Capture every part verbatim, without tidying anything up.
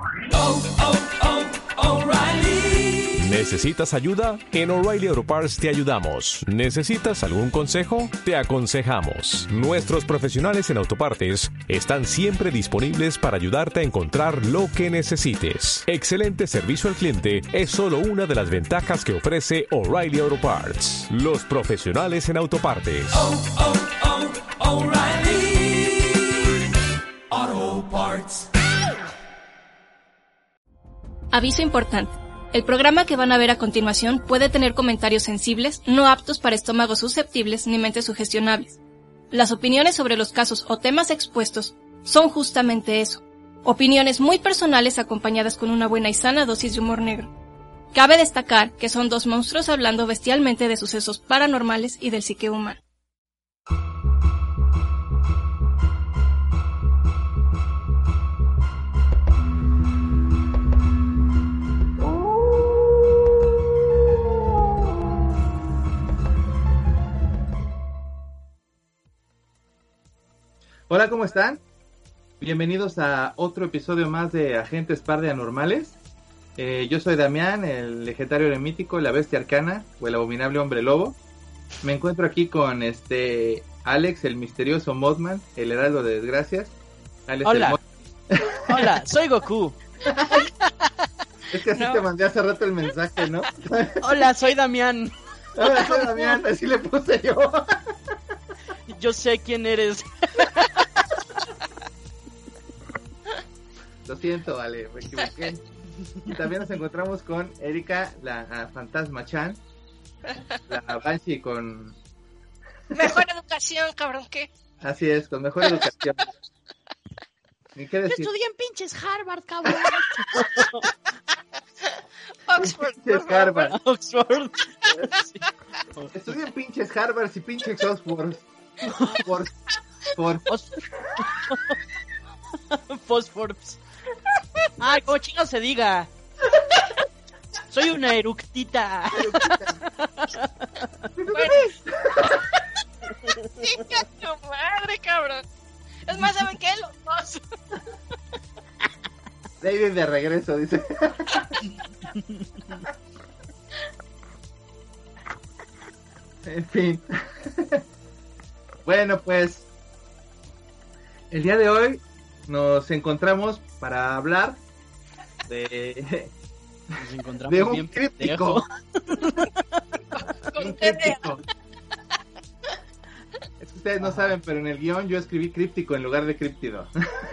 Oh, oh, oh, O'Reilly. ¿Necesitas ayuda? En O'Reilly Auto Parts te ayudamos. ¿Necesitas algún consejo? Te aconsejamos. Nuestros profesionales en autopartes están siempre disponibles para ayudarte a encontrar lo que necesites. Excelente servicio al cliente es solo una de las ventajas que ofrece O'Reilly Auto Parts. Los profesionales en autopartes. Oh, oh, oh, O'Reilly Auto Parts. Aviso importante. El programa que van a ver a continuación puede tener comentarios sensibles, no aptos para estómagos susceptibles ni mentes sugestionables. Las opiniones sobre los casos o temas expuestos son justamente eso. Opiniones muy personales acompañadas con una buena y sana dosis de humor negro. Cabe destacar que son dos monstruos hablando bestialmente de sucesos paranormales y del psique humano. Hola, ¿cómo están? Bienvenidos a otro episodio más de Agentes Par de Anormales. Eh, yo soy Damián, el legendario eremítico, la bestia arcana o el abominable hombre lobo. Me encuentro aquí con este Alex, el misterioso Mothman, el heraldo de desgracias. Alex, Hola, hola, soy Goku. Es que así No. te mandé hace rato el mensaje, ¿no? Hola, soy Damián. Hola, soy Damián, así le puse yo. Yo sé quién eres. Lo siento, vale, me equivoqué. Y también nos encontramos con Erika, la uh, Fantasma Chan, la Banshee con... Mejor educación, cabrón, ¿qué? Así es, con mejor educación. ¿Y qué Yo decir? estudié en pinches Harvard, cabrón. Oxford, Pinches por favor. Harvard. Oxford. Sí. Estudié en pinches Harvard y pinches Oxford. Por, por... Os- Fosforbs. Ay, como chino se diga. Soy una eructita. Chinga tu madre, cabrón. Es más, ¿saben qué? Los dos. Lady de regreso, dice. En fin. Bueno, pues el día de hoy nos encontramos para hablar de, Nos encontramos de un bien críptico. pendejo. Un críptico. Es que ustedes no saben, pero en el guión yo escribí críptico en lugar de críptido.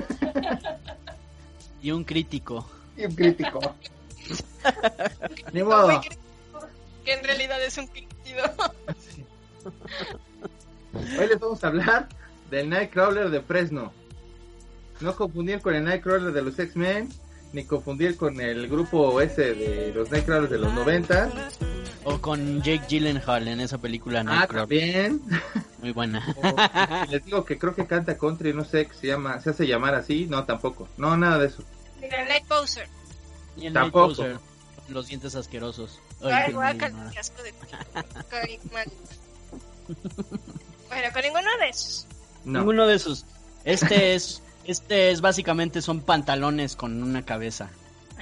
Y un crítico. Y un crítico. Ni Muy modo. crítico, que en realidad es un críptido. Hoy les vamos a hablar del Nightcrawler de Fresno. No confundir con el Nightcrawler de los X-Men, ni confundir con el grupo ese de los Nightcrawlers de los noventa. O con Jake Gyllenhaal en esa película Ah, Nightcrawler. también. Muy buena. O, les digo que creo que canta country, no sé, que se llama, se hace llamar así. No, tampoco. No, nada de eso. Mira, Night Poser. Y el Tampoco. Night Poser, con los dientes asquerosos. Ay, Ay, qué guácala, mamada. qué asco de ti. Ay, mal. Bueno, con ninguno de esos. No. Ninguno de esos. Este es, este es básicamente son pantalones con una cabeza.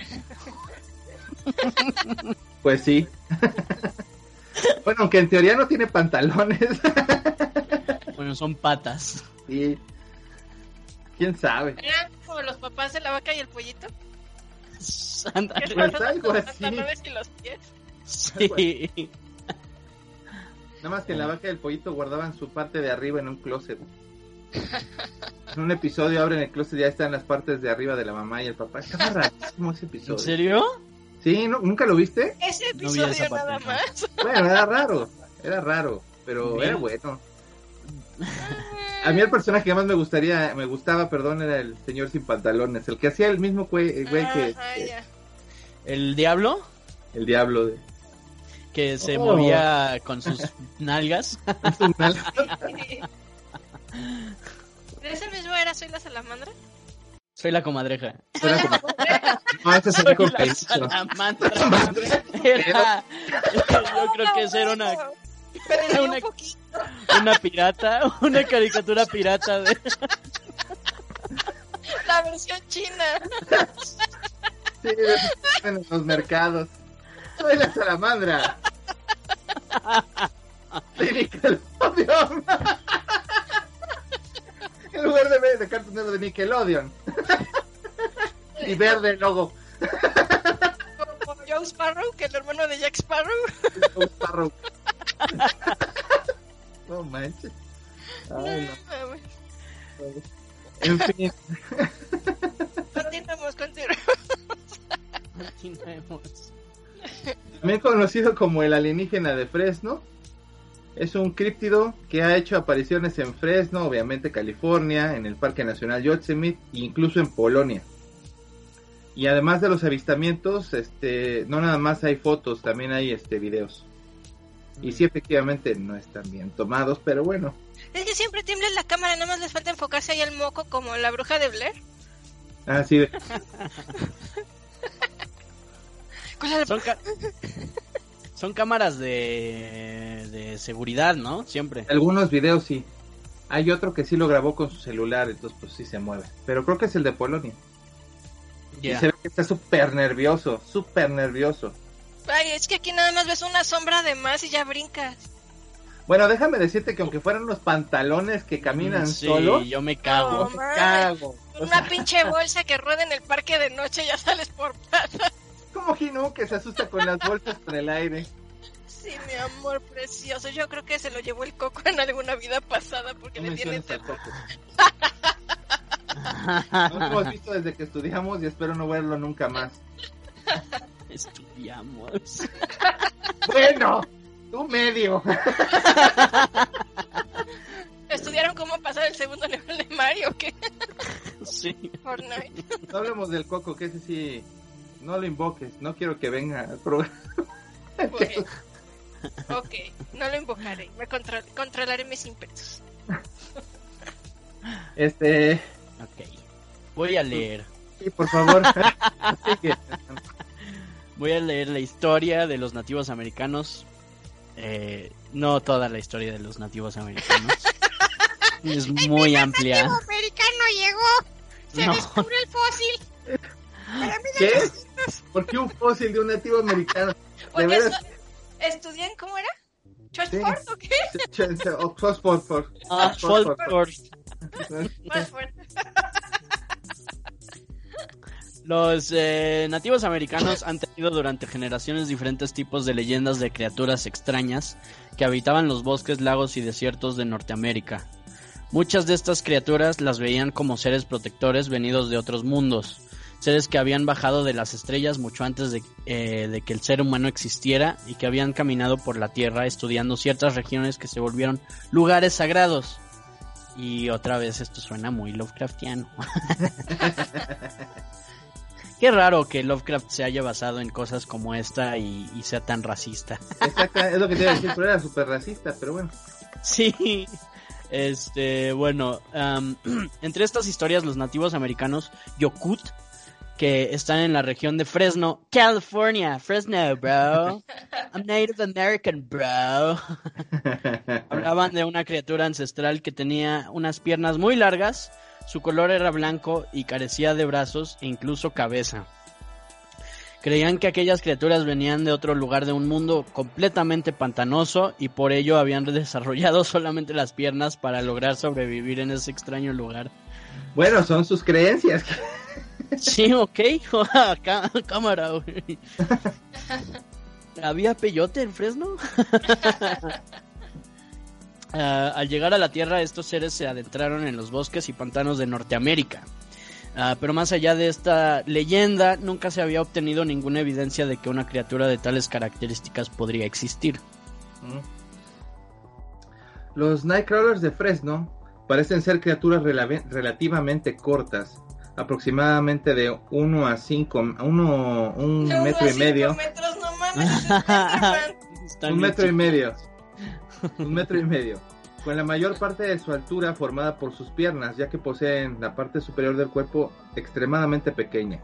Pues sí. Bueno, aunque en teoría no tiene pantalones. Bueno, son patas. Y quién sabe. Eran como los papás de la vaca y el pollito. Ándale. Que Pues son algo los así. pantalones y los pies. Sí. Nada más que en la vaca y el pollito guardaban su parte de arriba en un closet. En un episodio abren el closet y ya están las partes de arriba de la mamá y el papá. Estaba rarísimo ese episodio. ¿En serio? Sí, ¿no? ¿Nunca lo viste? Ese No vi episodio esa parte, nada no. más. Bueno, era raro. Era raro, pero Bien. era bueno. A mí el personaje que más me gustaría, me gustaba, perdón, era el señor sin pantalones, el que hacía el mismo güey, güey que, Ajá, que ya. El diablo el diablo de que se Oh. movía con sus nalgas. ¿De ese mismo era Soy la Salamandra? Soy la comadreja. Era como- No, ese Soy sería con la Peluso. salamandra. Era, yo creo que esa era una, Pero Era ni una- un poquito. una pirata, una caricatura pirata de... La versión china. Sí, en los mercados. Soy la salamandra. De Nickelodeon. En lugar de, de Cartoon Network, de Nickelodeon. Y verde el logo. Como Joe Sparrow, que es el hermano de Jack Sparrow. Joe Sparrow. No manches. Ay, no. En fin. Continuamos, continuamos. Continuemos. También conocido como el alienígena de Fresno, es un críptido que ha hecho apariciones en Fresno, obviamente California, en el Parque Nacional Yosemite e incluso en Polonia. Y además de los avistamientos, este, no nada más hay fotos, también hay este videos. Y sí, efectivamente no están bien tomados, pero bueno. Es que siempre tiembla la cámara, nada más les falta enfocarse ahí al moco como la bruja de Blair. Ah, sí. Son, ca- son cámaras de, de seguridad, ¿no? Siempre. Algunos videos sí. Hay otro que sí lo grabó con su celular, entonces pues sí se mueve. Pero creo que es el de Polonia. Yeah. Y se ve que está súper nervioso, súper nervioso. Ay, es que aquí nada más ves una sombra de más y ya brincas. Bueno, déjame decirte que aunque fueran unos pantalones que caminan Sí, solos, yo me cago. No, me man. cago. O Una sea, pinche bolsa que rueda en el parque de noche y ya sales por plata. como Hinu que se asusta con las bolsas con el aire. Sí, mi amor precioso. Yo creo que se lo llevó el coco en alguna vida pasada porque No le tiene menciones al terror. Coco. Nos hemos visto desde que estudiamos y espero no verlo nunca más. Estudiamos. Bueno, tú medio. ¿Estudiaron cómo pasar el segundo nivel de Mario o qué? Sí. Fortnite. No hablemos del Coco, que ese sí, no lo invoques, no quiero que venga al programa. Bueno. Ok, no lo invocaré. Me control- controlaré mis ímpetus. Este, Ok. Voy a leer. sí, por favor. Sigue. Voy a leer la historia de los nativos americanos. Eh, no toda la historia de los nativos americanos. Es muy amplia. El americano llegó. Se No. descubrió el fósil. ¿Qué? ¿Por qué un fósil de un nativo americano? De Porque veras. eso- estudié en, ¿cómo era? Sí. ¿Chortford o qué? Ch- ch- o Oxford, for- Ah, Oxford, for- Folklore. Más fuerte. Los eh, nativos americanos han tenido durante generaciones diferentes tipos de leyendas de criaturas extrañas que habitaban los bosques, lagos y desiertos de Norteamérica. Muchas de estas criaturas las veían como seres protectores venidos de otros mundos, seres que habían bajado de las estrellas mucho antes de, eh, de que el ser humano existiera y que habían caminado por la Tierra estudiando ciertas regiones que se volvieron lugares sagrados. Y otra vez esto suena muy Lovecraftiano. Qué raro que Lovecraft se haya basado en cosas como esta y, y sea tan racista. Exacto, es lo que te iba a decir, pero era súper racista, pero bueno. Sí, este, bueno, um, entre estas historias los nativos americanos Yokut, que están en la región de Fresno, California, Fresno, bro. I'm Native American, bro. Hablaban de una criatura ancestral que tenía unas piernas muy largas, su color era blanco y carecía de brazos e incluso cabeza. Creían que aquellas criaturas venían de otro lugar de un mundo completamente pantanoso y por ello habían desarrollado solamente las piernas para lograr sobrevivir en ese extraño lugar. Bueno, son sus creencias. Sí, ok, Cá- cámara, güey. ¿Había peyote en Fresno? Uh, al llegar a la Tierra, estos seres se adentraron en los bosques y pantanos de Norteamérica. Uh, pero más allá de esta leyenda, nunca se había obtenido ninguna evidencia de que una criatura de tales características podría existir. Los Nightcrawlers de Fresno parecen ser criaturas rela- relativamente cortas, aproximadamente de uno a cinco, uno, un De uno metro a y cinco medio, metros, no mames, es Spider-Man. Están un bien metro y chiquitos. medio, un metro y medio, con la mayor parte de su altura formada por sus piernas, ya que poseen la parte superior del cuerpo extremadamente pequeña.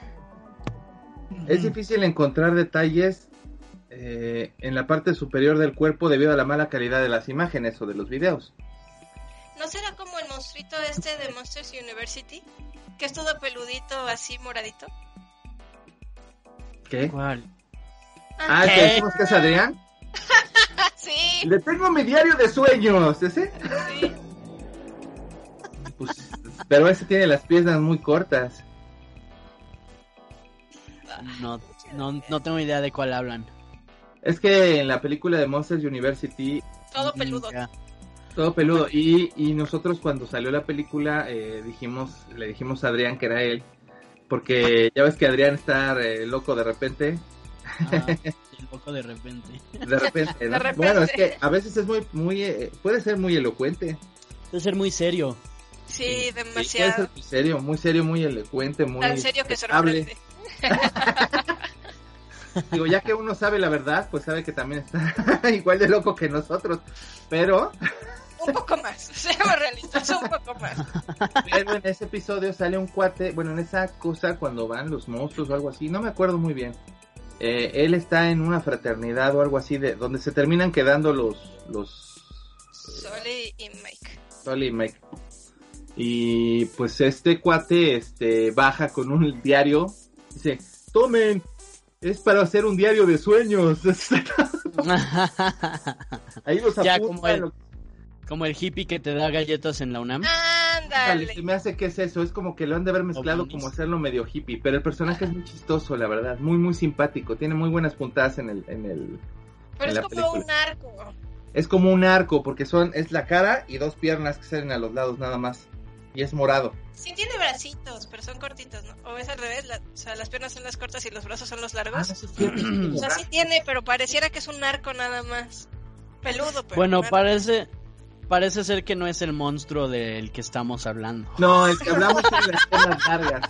Es difícil encontrar detalles eh, en la parte superior del cuerpo debido a la mala calidad de las imágenes o de los videos. ¿No será como el monstruito este de Monsters University? Que es todo peludito, así moradito. ¿Qué? ¿Cuál? Ah, ¿el que ¿Qué? decimos que es Adrián? Sí, Le tengo mi diario de sueños, ¿ese? sí. Pues, pero ese tiene las piernas muy cortas. No, no, no tengo idea de cuál hablan. Es que en la película de Monsters University, Todo peludo. Ya. todo peludo. Y, y nosotros cuando salió la película, eh, dijimos, le dijimos a Adrián que era él. Porque ya ves que Adrián está eh, loco de repente. Ah, un poco de repente. De repente, ¿no? De repente. Bueno, es que a veces es muy, muy, eh, puede ser muy elocuente. Debe ser muy serio. Sí, Sí, puede demasiado. ser muy serio, muy serio, muy elocuente, muy Tan serio que hable. sorprende. Digo, ya que uno sabe la verdad, pues sabe que también está igual de loco que nosotros. Pero, Un poco más, seamos realistas, un poco más. pero en ese episodio sale un cuate, bueno, en esa cosa cuando van los monstruos o algo así, no me acuerdo muy bien. Eh, él está en una fraternidad o algo así, de donde se terminan quedando los, los Soli y Mike. Soli y Mike. Y pues este cuate este baja con un diario, dice, tomen, es para hacer un diario de sueños. Ahí los Ya, apuntan, como el- lo- Como el hippie que te da galletas en la UNAM. Ándale. se me hace que es eso, es como que lo han de haber mezclado Ovnis. como hacerlo medio hippie, pero el personaje es muy chistoso, la verdad, muy muy simpático, tiene muy buenas puntadas en el, en el, Pero en es la como película. un arco. Es como un arco, porque son, es la cara y dos piernas que salen a los lados nada más, y es morado. Sí tiene bracitos, pero son cortitos, ¿no? O es al revés, la- o sea, las piernas son las cortas y los brazos son los Ah, largos. sí, sí, sí, sí, O sea, sí tiene, pero pareciera que es un arco nada más. Peludo, pero Bueno, un arco. parece parece ser que no es el monstruo del que estamos hablando. No, el que hablamos es de las piernas largas.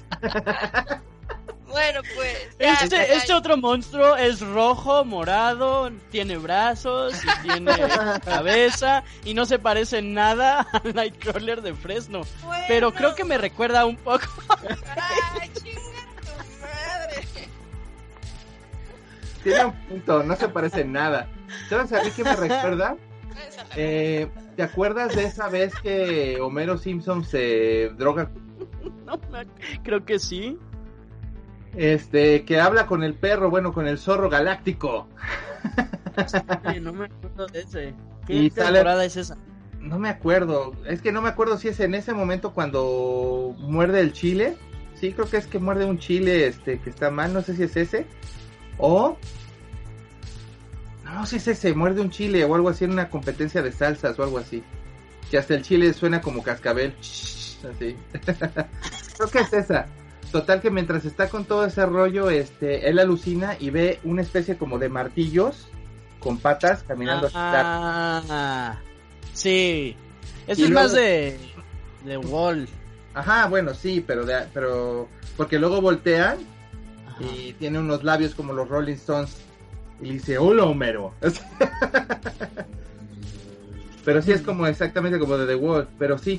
Bueno, pues. ya, Este, ya, este otro monstruo es rojo, morado, tiene brazos y tiene cabeza y no se parece en nada al Nightcrawler de Fresno. bueno. Pero creo que me recuerda un poco. Ay, chinga tu madre. Tiene un punto, no se parece en nada. ¿Sabes a mí qué me recuerda? Eh, ¿Te acuerdas de esa vez que Homero Simpson se droga? No, me- creo que sí. Este, que habla con el perro, bueno, con el zorro galáctico. Oye, no me acuerdo de ese. ¿Qué Y sale- temporada es esa? No me acuerdo, es que no me acuerdo si es en ese momento cuando muerde el chile. Sí, creo que es que muerde un chile este que está mal, no sé si es ese. O... No, si es ese, muerde un chile o algo así en una competencia de salsas o algo así. Que hasta el chile suena como cascabel. Así. Creo que es esa. Total que mientras está con todo ese rollo, este, él alucina y ve una especie como de martillos con patas caminando hacia Ah, sí. Ese Y es luego- más de de Wall. Ajá, bueno, sí, pero de, pero porque luego voltean Ajá. y tiene unos labios como los Rolling Stones y le dice, hola Homero. Pero sí es como exactamente como de The Wall, pero sí.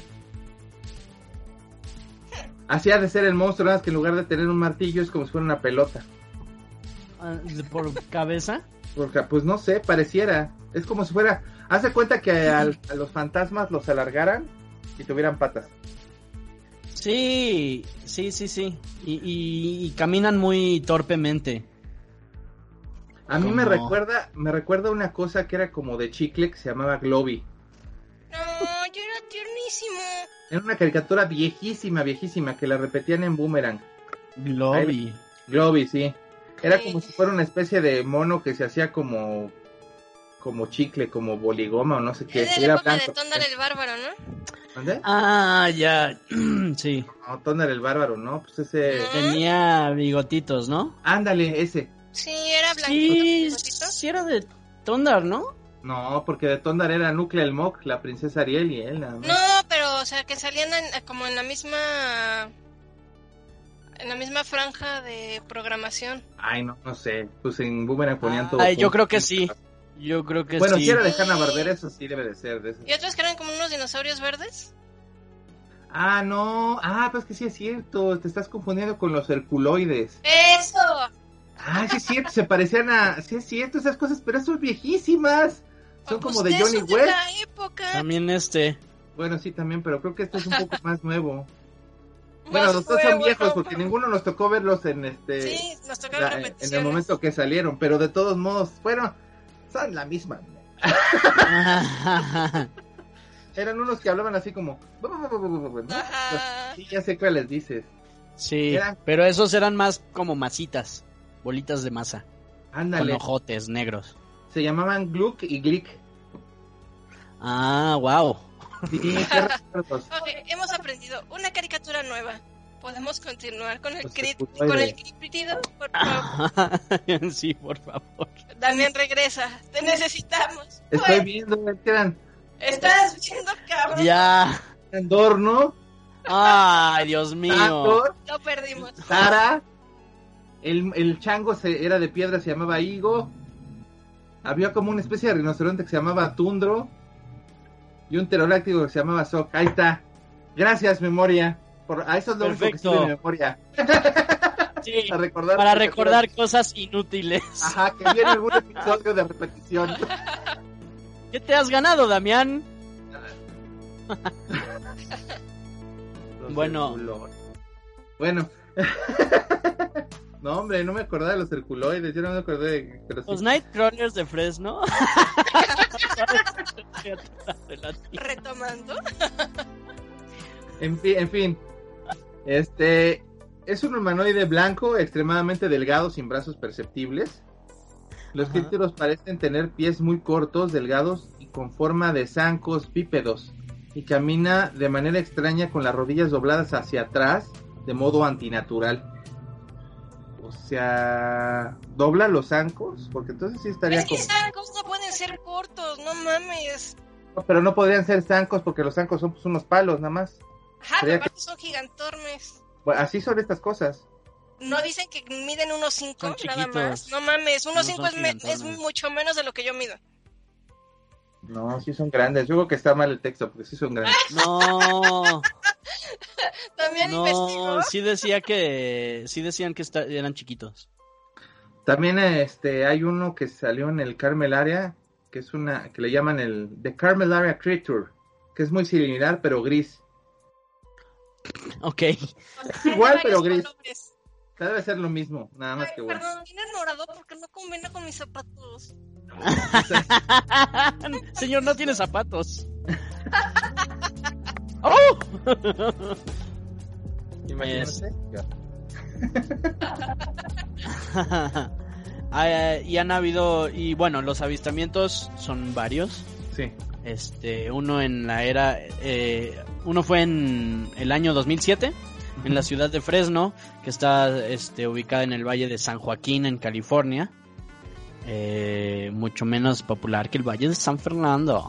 Así ha de ser el monstruo, nada más que en lugar de tener un martillo es como si fuera una pelota. Ah, ¿por cabeza? Porque, pues no sé, pareciera. Es como si fuera... Haz de cuenta que al- a los fantasmas los alargaran y tuvieran patas. Sí, sí, sí, sí. Y, y- y caminan muy torpemente. A mí me Como- recuerda me recuerda una cosa que era como de chicle que se llamaba Globby. No, yo era tiernísimo. Era una caricatura viejísima, viejísima, que la repetían en Boomerang. Globby. Globby, sí. Era Sí. como si fuera una especie de mono que se hacía como como chicle, como boligoma o no sé qué. Es de la Era época de blanco. Tondar el Bárbaro, ¿no? ¿Dónde? Ah, ya. Sí. No, Tondar el Bárbaro, ¿no? Pues ese... No. Tenía bigotitos, ¿no? Ándale, ese. Sí, era blanco. Sí, sí era de Tondar, ¿no? No, porque de Tondar era Nuclea el Mock, la princesa Ariel y él nada más. No, pero, o sea, que salían en- como en la misma... En la misma franja de programación. Ay, no, no sé. Pues en Boomerang ponían Ah, todo. ay, yo junto. creo que sí. Yo creo que Bueno, sí. si era de Hanna-Barbera, eso sí debe de ser. De eso. Y otros que eran como unos dinosaurios verdes. Ah, no. Ah, pues que sí es cierto. Te estás confundiendo con los herculoides. ¡Eso! Ah, sí es cierto. Se parecían a... Sí es cierto esas cosas, pero son viejísimas. Son Pues como de de Johnny esos de West. la época. También este. Bueno, sí, también, pero creo que este es un poco más nuevo. Bueno, Más los dos son fuego, viejos no, porque no. ninguno nos tocó verlos en este Sí, nos tocaron la- en repeticiones. el momento que salieron, pero de todos modos, bueno, son la misma. Eran unos que hablaban así como, ¿no? Ajá. Sí, ya sé cuáles dices. Sí, Eran- pero esos eran más como masitas, bolitas de masa, con Ándale, ojotes negros. se llamaban Gluck y Glick. Ah, wow. Sí, qué recuerdos. Ok, hemos aprendido una caricatura nueva. Podemos continuar con el Los crit, escudoides. con el critido, por favor. Sí, por favor. Damián, regresa. Te necesitamos. Estoy Güey, viendo que eran estás viendo, cabrón. Ya. Andor, ¿no? Ay, Dios mío. Andor, Lo perdimos. Sara, el, el chango se, era de piedra, se llamaba Igo. Había como una especie de rinoceronte que se llamaba Tundro. Y un pterodáctilo que se llamaba Sok. Ahí está. Gracias, memoria. Por, a eso es lo único que Perfecto. sirve mi memoria. Sí, Para recordar, para recordar cosas inútiles. Ajá, que viene algún episodio de repetición. ¿Qué te has ganado, Damián? Los Bueno. circuloides. Bueno. No, hombre, no me acordaba de los circuloides. Yo no me acordé de. Pero sí. Los Nightcrawlers de Fresno. Retomando. En fin, en fin. Este. Es un humanoide blanco, extremadamente delgado, sin brazos perceptibles. Los Ajá. críptidos parecen tener pies muy cortos, delgados y con forma de zancos bípedos. Y camina de manera extraña con las rodillas dobladas hacia atrás, de modo antinatural. O sea, ¿dobla los zancos? Porque entonces sí estaría Es que como... zancos no pueden ser cortos, no mames. Pero no podrían ser zancos porque los zancos son pues unos palos nada más. Ajá, Sería pero aparte son gigantormes. Bueno, así son estas cosas. ¿No dicen que miden unos cinco Son nada chiquitos. más? No mames, No unos son cinco es, me- es gigantones. mucho menos de lo que yo mido. No, sí son grandes. Yo creo que está mal el texto porque sí son grandes. No, También investigó. no, sí decía que, sí decían que esta- eran chiquitos. También este hay uno que salió en el Carmelaria, que es una que le llaman el The Carmelaria Creature, que es muy similar pero gris. Ok. Igual, Hay pero varios gris. colores. Debe ser lo mismo, nada más Ay, que bueno. perdón, tiene morado porque no combina con mis zapatos. Señor, no tiene zapatos. ¡Oh! Imagínate. Ah, y han habido, y bueno, los avistamientos son varios. Sí. Este, uno en la era, eh, uno fue en el año dos mil siete, en la ciudad de Fresno, que está este, ubicada en el Valle de San Joaquín, en California. Eh, mucho menos popular que el Valle de San Fernando.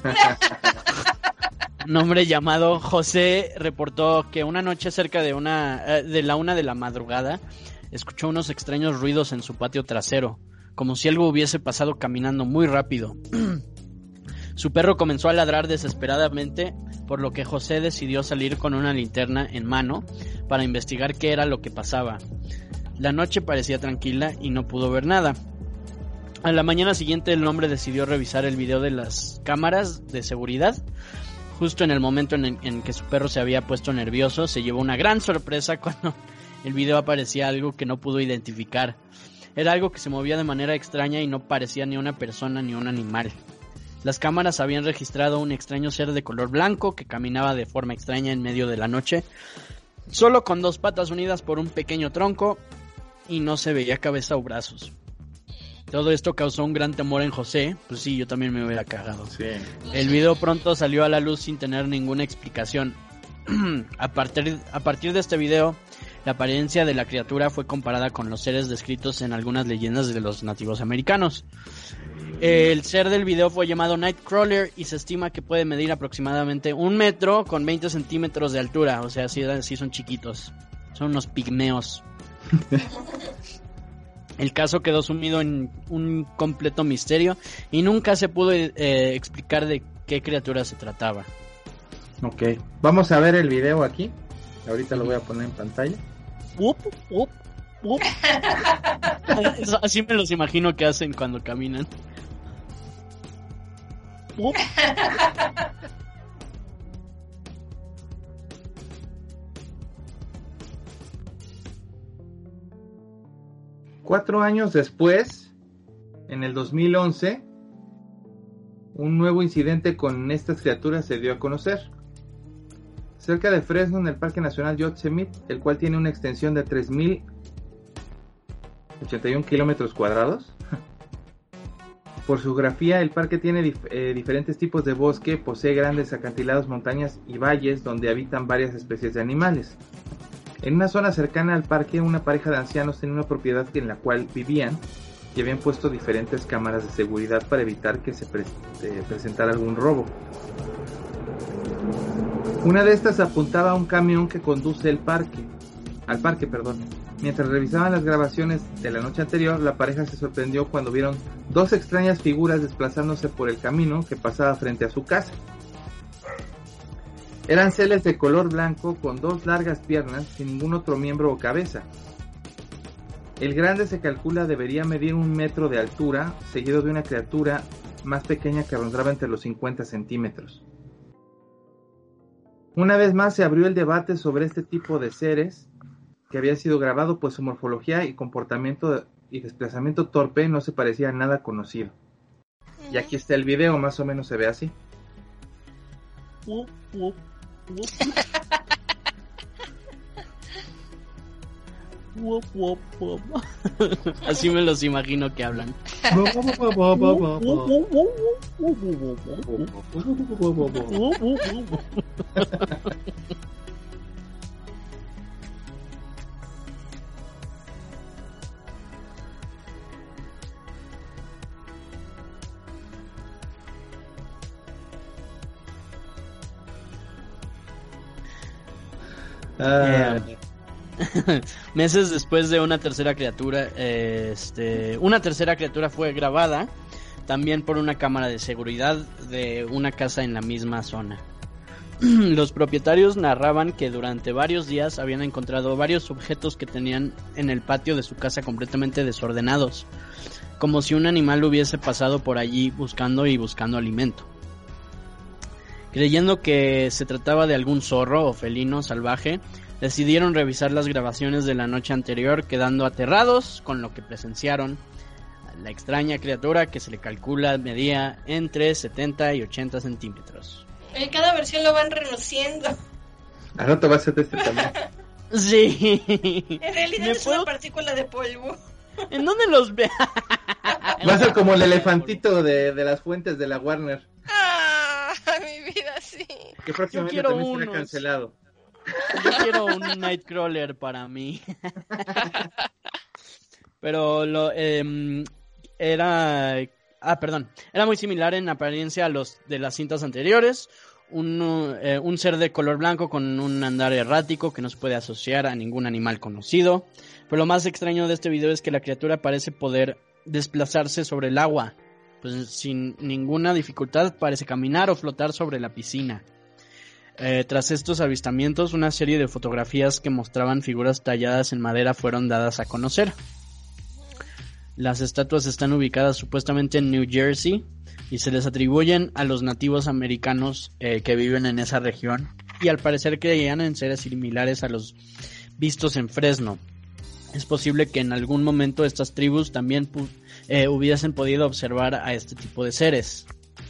Un hombre llamado José reportó que una noche cerca de una eh, de la una de la madrugada escuchó unos extraños ruidos en su patio trasero, como si algo hubiese pasado caminando muy rápido. Su perro comenzó a ladrar desesperadamente, por lo que José decidió salir con una linterna en mano para investigar qué era lo que pasaba. La noche parecía tranquila y no pudo ver nada. A la mañana siguiente el hombre decidió revisar el video de las cámaras de seguridad. Justo en el momento en, el, en que su perro se había puesto nervioso, se llevó una gran sorpresa cuando el video aparecía algo que no pudo identificar. Era algo que se movía de manera extraña y no parecía ni una persona ni un animal. Las cámaras habían registrado un extraño ser de color blanco que caminaba de forma extraña en medio de la noche, solo con dos patas unidas por un pequeño tronco y no se veía cabeza o brazos. Todo esto causó un gran temor en José. Pues sí, yo también me hubiera cagado. Sí. El video pronto salió a la luz sin tener ninguna explicación. a, partir, a partir de este video, la apariencia de la criatura fue comparada con los seres descritos en algunas leyendas de los nativos americanos. El ser del video fue llamado Nightcrawler y se estima que puede medir aproximadamente un metro con veinte centímetros de altura. O sea, sí, sí son chiquitos. Son unos pigmeos. El caso quedó sumido en un completo misterio y nunca se pudo eh, explicar de qué criatura se trataba. Ok. Vamos a ver el video aquí. Ahorita lo voy a poner en pantalla. Up, up, up. Así me los imagino que hacen cuando caminan. Up. Cuatro años después, en el dos mil once, un nuevo incidente con estas criaturas se dio a conocer. Cerca de Fresno, en el Parque Nacional Yosemite, el cual tiene una extensión de tres mil ochenta y uno kilómetros cuadrados. Por su geografía, el parque tiene dif- eh, diferentes tipos de bosque, posee grandes acantilados, montañas y valles donde habitan varias especies de animales. En una zona cercana al parque, una pareja de ancianos tenía una propiedad en la cual vivían y habían puesto diferentes cámaras de seguridad para evitar que se pre- eh, presentara algún robo. Una de estas apuntaba a un camión que conduce el parque, al parque, perdón. Mientras revisaban las grabaciones de la noche anterior, la pareja se sorprendió cuando vieron dos extrañas figuras desplazándose por el camino que pasaba frente a su casa. Eran seres de color blanco con dos largas piernas sin ningún otro miembro o cabeza. El grande se calcula debería medir un metro de altura, seguido de una criatura más pequeña que rondaba entre los cincuenta centímetros. Una vez más se abrió el debate sobre este tipo de seres que había sido grabado, pues su morfología y comportamiento y desplazamiento torpe no se parecía a nada conocido. Y aquí está el video, más o menos se ve así. Así me los imagino que hablan. Ah, Meses después de una tercera criatura, eh, este, una tercera criatura fue grabada también por una cámara de seguridad de una casa en la misma zona. Los propietarios narraban que durante varios días habían encontrado varios objetos que tenían en el patio de su casa completamente desordenados, como si un animal hubiese pasado por allí buscando y buscando alimento. Creyendo que se trataba de algún zorro o felino salvaje, decidieron revisar las grabaciones de la noche anterior, quedando aterrados con lo que presenciaron. La extraña criatura, que se le calcula medía entre setenta y ochenta centímetros. En cada versión lo van reduciendo. al rato va a ser de este tamaño. Sí. En realidad ¿Me es puedo- una partícula de polvo. ¿En dónde los ve? Va a ser como el elefantito de, de las fuentes de la Warner, Ah, mi vida, sí. que próximamente quiero también será unos. cancelado. Yo quiero un Nightcrawler para mí. Pero lo em, era ah, perdón, era muy similar en apariencia a los de las cintas anteriores. Un, eh, un ser de color blanco con un andar errático que no se puede asociar a ningún animal conocido. Pero lo más extraño de este video es que la criatura parece poder desplazarse sobre el agua, pues sin ninguna dificultad parece caminar o flotar sobre la piscina. Eh, tras estos avistamientos, una serie de fotografías que mostraban figuras talladas en madera fueron dadas a conocer. Las estatuas están ubicadas supuestamente en New Jersey y se les atribuyen a los nativos americanos eh, que viven en esa región, y al parecer creían en seres similares a los vistos en Fresno. Es posible que en algún momento estas tribus también pu- eh, hubiesen podido observar a este tipo de seres.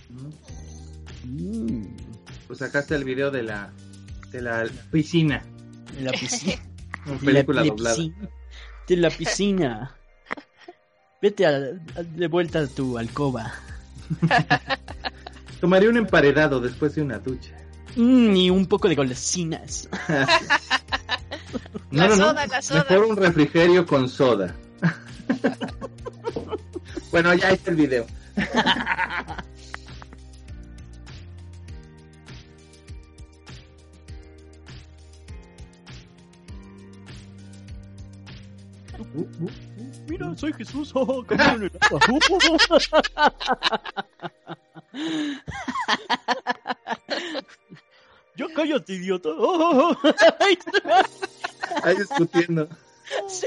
Mm. Pues acá está el video de la de la piscina, La piscina. una película La- la doblada. piscina. De la piscina. Vete a, a- de vuelta a tu alcoba. Tomaría un emparedado después de una ducha. Mm, y un poco de golosinas. No, La no, no. soda, la soda. Mejor un refrigerio con soda. Bueno, ya está el video. Mira, soy Jesús. Oh, camino en el agua. Yo cállate, idiota. Oh, ay, Ahí discutiendo. sí.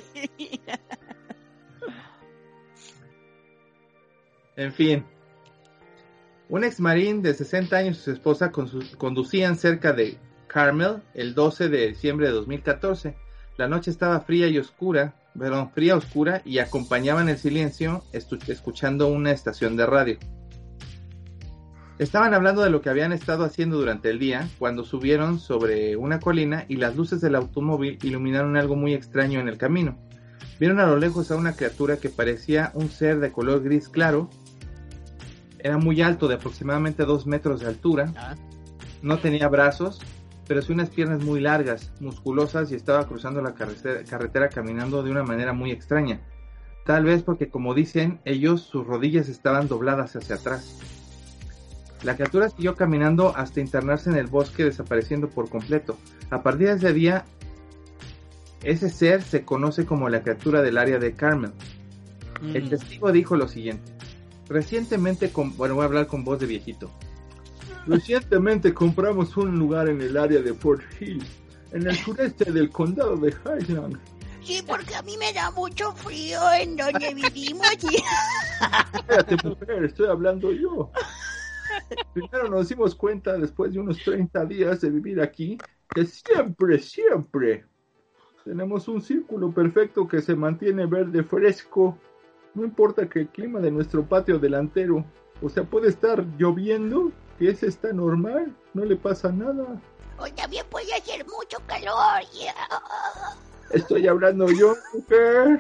En fin. Un ex marín de sesenta años y su esposa con sus- conducían cerca de Carmel el doce de diciembre de dos mil catorce. La noche estaba fría y oscura perdón, fría, oscura, y acompañaban el silencio estu- escuchando una estación de radio. Estaban hablando de lo que habían estado haciendo durante el día cuando subieron sobre una colina y las luces del automóvil iluminaron algo muy extraño en el camino. Vieron a lo lejos a una criatura que parecía un ser de color gris claro. Era muy alto, de aproximadamente dos metros de altura. No tenía brazos, pero sí unas piernas muy largas, musculosas, y estaba cruzando la carretera, carretera caminando de una manera muy extraña. Tal vez porque, como dicen ellos, sus rodillas estaban dobladas hacia atrás. La criatura siguió caminando hasta internarse en el bosque, desapareciendo por completo. A partir de ese día, ese ser se conoce como la criatura del área de Carmel. Mm. El testigo dijo lo siguiente. Recientemente, con... bueno, voy a hablar con voz de viejito. Recientemente compramos un lugar en el área de Fort Hill, en el sureste del condado de Highland. Sí, porque a mí me da mucho frío en donde vivimos. Espérate, mujer, estoy hablando yo. Primero nos dimos cuenta, después de unos treinta días de vivir aquí, que siempre, siempre tenemos un círculo perfecto que se mantiene verde fresco. No importa que el clima de nuestro patio delantero, o sea, puede estar lloviendo, que ese está normal, no le pasa nada. O también puede hacer mucho calor. Yeah. Estoy hablando yo, mujer.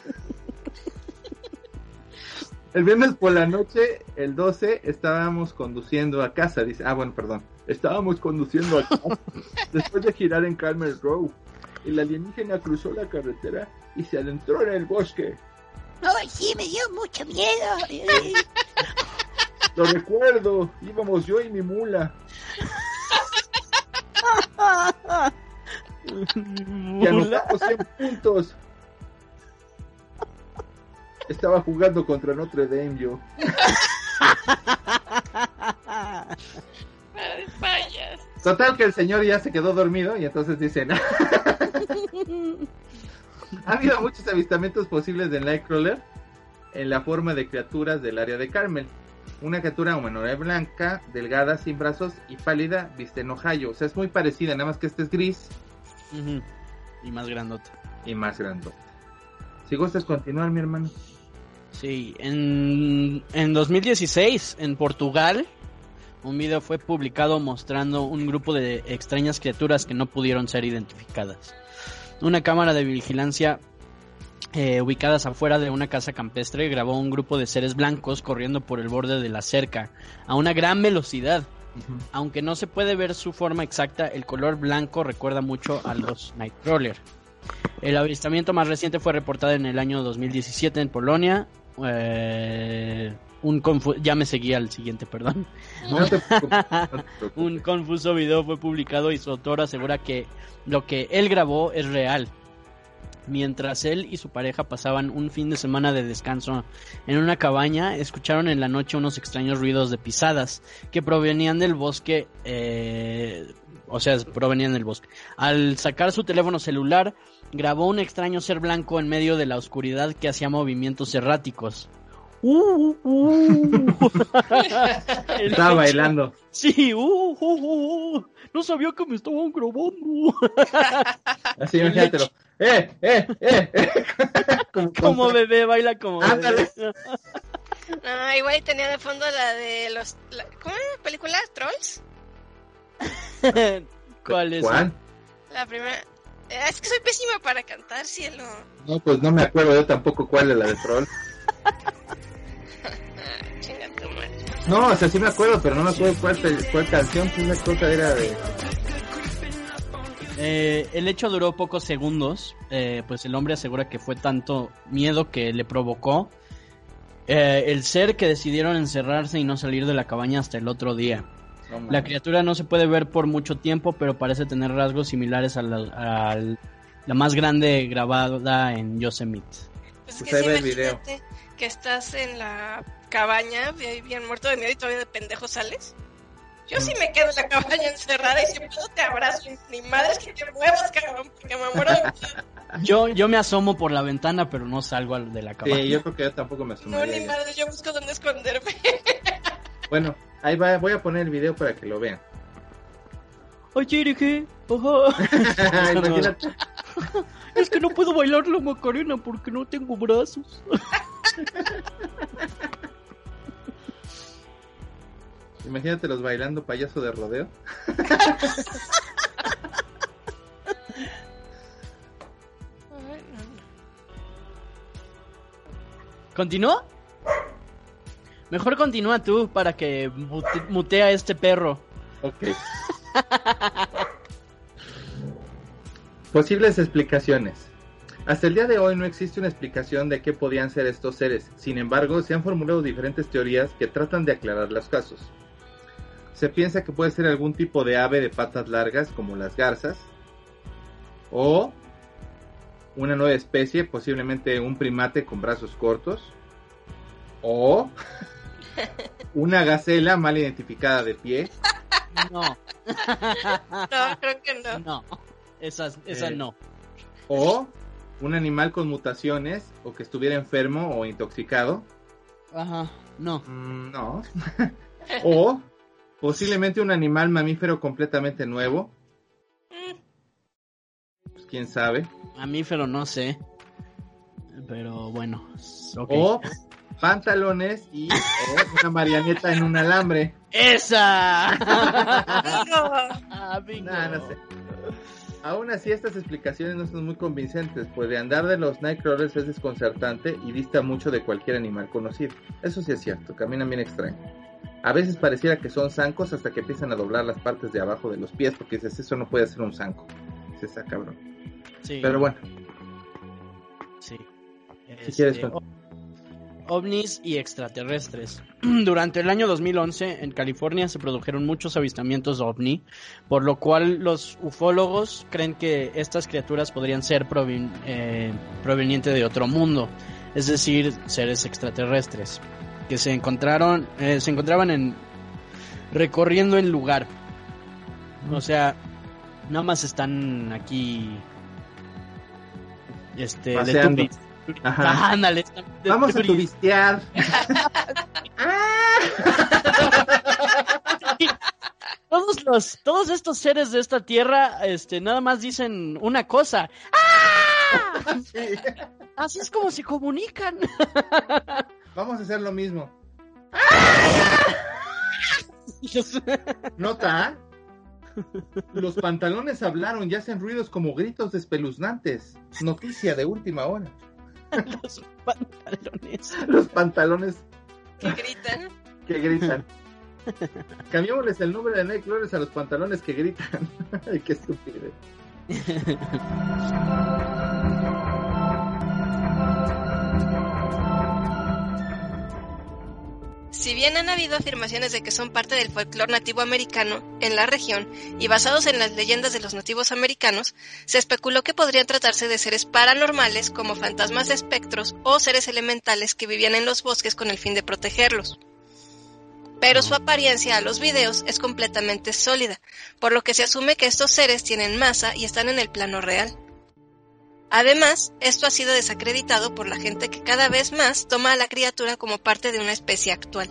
El viernes por la noche, el doce, estábamos conduciendo a casa, dice, ah, bueno, perdón, estábamos conduciendo a casa, después de girar en Carmel Road, el alienígena cruzó la carretera y se adentró en el bosque. Ay, sí, me dio mucho miedo. Lo recuerdo, íbamos yo y mi mula. Y anotamos cien puntos. Estaba jugando contra Notre Dame yo. Ay, vayas. Total que el señor ya se quedó dormido y entonces dicen... Ha habido muchos avistamientos posibles de Nightcrawler en la forma de criaturas del área de Carmel. Una criatura humanoide blanca, delgada, sin brazos y pálida, viste en Ohio. O sea, es muy parecida, nada más que este es gris. Uh-huh. Y más grandota. Y más grandota. Si gustas continuar, mi hermano. Sí, en, en dos mil dieciséis, en Portugal, un video fue publicado mostrando un grupo de extrañas criaturas que no pudieron ser identificadas. Una cámara de vigilancia eh, ubicadas afuera de una casa campestre grabó un grupo de seres blancos corriendo por el borde de la cerca a una gran velocidad. Uh-huh. Aunque no se puede ver su forma exacta, el color blanco recuerda mucho a los Nightcrawler. El avistamiento más reciente fue reportado en el año dos mil diecisiete en Polonia. Eh, un confu- ya me seguí al siguiente, perdón. No te preocupes, no te preocupes. Un confuso video fue publicado y su autor asegura que lo que él grabó es real. Mientras él y su pareja pasaban un fin de semana de descanso en una cabaña, escucharon en la noche unos extraños ruidos de pisadas que provenían del bosque, eh, o sea, provenían del bosque. Al sacar su teléfono celular, grabó un extraño ser blanco en medio de la oscuridad que hacía movimientos erráticos. Uh, uh, uh. Estaba bailando. Sí, uh, uh, uh, uh. No sabía que me estaban grabando. Así, imagínatelo. ¡Eh, eh, eh! eh. como, como bebé, baila como Ándale. bebé. No, igual tenía de fondo la de los... La, ¿cómo era la película? ¿Trolls? ¿Cuál es? ¿Cuál? La primera... Eh, Es que soy pésima para cantar, cielo. No, pues no me acuerdo yo tampoco cuál es la de Troll. Ah, chinga tu madre. No, o sea, sí me acuerdo, pero no me acuerdo cuál, cuál canción, pues una cosa era de... Eh, el hecho duró pocos segundos, eh, pues el hombre asegura que fue tanto miedo que le provocó eh, el ser que decidieron encerrarse y no salir de la cabaña hasta el otro día. No, La criatura no se puede ver por mucho tiempo, pero parece tener rasgos similares a la, a la más grande grabada en Yosemite. Pues es Pues que ahí sí, va el video. imagínate que estás en la cabaña, bien, bien muerto de miedo y todavía de pendejo sales. Yo sí me quedo en la cabaña encerrada y si puedo te abrazo. Ni madres que te muevas, cabrón, porque me muero de miedo. Yo, yo me asomo por la ventana, pero no salgo al- de la cabaña. Sí, yo creo que yo tampoco me No, asumiría. ni madres, yo busco dónde esconderme. Bueno, ahí va, voy a poner el video para que lo vean. Oye, dije, ojo. Imagínate, Es que no puedo bailar la Macarena porque no tengo brazos. Imagínatelos bailando payaso de rodeo. Ay, no, no. ¿Continúa? Mejor continúa tú para que mute- mutee a este perro. Ok. Posibles explicaciones. Hasta el día de hoy no existe una explicación de qué podían ser estos seres. Sin embargo, se han formulado diferentes teorías que tratan de aclarar los casos. Se piensa que puede ser algún tipo de ave de patas largas, como las garzas, o una nueva especie, posiblemente un primate con brazos cortos, o una gacela mal identificada de pie. No, No, creo que no. no. Esa, esa Eh. no. O un animal con mutaciones, o que estuviera enfermo o intoxicado. Ajá, no. Mm, no. O posiblemente un animal mamífero completamente nuevo. Pues quién sabe. Mamífero no sé. Pero bueno. Ok. O pantalones y o una marioneta en un alambre. ¡Esa! Bingo. Ah, bingo. Nah, no sé. Aún así, estas explicaciones no son muy convincentes, pues de andar de los Nightcrawlers es desconcertante y dista mucho de cualquier animal conocido. Eso sí es cierto, caminan bien extraño. A veces pareciera que son zancos hasta que empiezan a doblar las partes de abajo de los pies, porque dices, eso no puede ser un zanco. Se está cabrón. Sí, Pero bueno, sí. si Este, quieres... con- o- ovnis y extraterrestres. Durante el año dos mil once, en California se produjeron muchos avistamientos ovni, por lo cual los ufólogos creen que estas criaturas podrían ser provin- eh, provenientes de otro mundo, es decir, seres extraterrestres, que se encontraron, eh, se encontraban en recorriendo el lugar. O sea, nada más están aquí, este, de Paseando. turis- Ajá. Ah, ándale, están de Vamos a turis- turistear. Todos los, todos estos seres de esta tierra, este, nada más dicen una cosa. ¡Ah! Así es como se comunican. Vamos a hacer lo mismo. Nota. Los pantalones hablaron y hacen ruidos como gritos espeluznantes. Noticia de última hora. Los pantalones. Los pantalones Que gritan. que gritan. Cambiémosles el nombre de Nightcrawlers a los pantalones que gritan. Ay, qué estúpido. Si bien han habido afirmaciones de que son parte del folclore nativo americano en la región y basados en las leyendas de los nativos americanos, se especuló que podrían tratarse de seres paranormales como fantasmas de espectros o seres elementales que vivían en los bosques con el fin de protegerlos. Pero su apariencia a los videos es completamente sólida, por lo que se asume que estos seres tienen masa y están en el plano real. Además, esto ha sido desacreditado por la gente que cada vez más toma a la criatura como parte de una especie actual.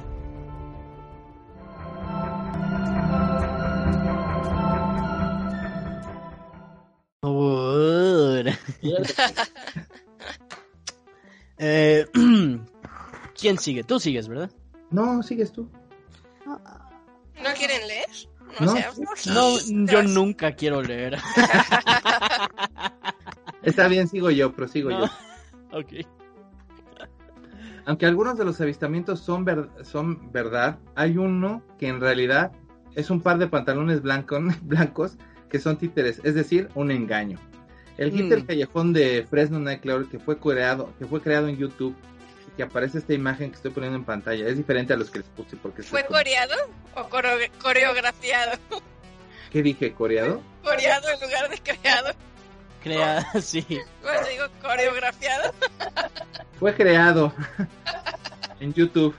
Eh, ¿Quién sigue? Tú sigues, ¿verdad? No, sigues tú. ¿No quieren leer? No, No. sean No, flojitos. yo nunca quiero leer. Está bien, sigo yo, prosigo No. yo. Ok. Aunque algunos de los avistamientos son, ver- son verdad, hay uno que en realidad es un par de pantalones blanco- blancos que son títeres, es decir, un engaño. El hit Mm. del callejón de Fresno Nightcrawler que fue creado, que fue creado en YouTube, y que aparece esta imagen que estoy poniendo en pantalla, es diferente a los que les puse porque ¿Fue se- coreado o coreo- coreografiado? ¿Qué dije? ¿Coreado? Coreado en lugar de creado. Crea, sí. Cuando digo coreografiado. Fue creado en YouTube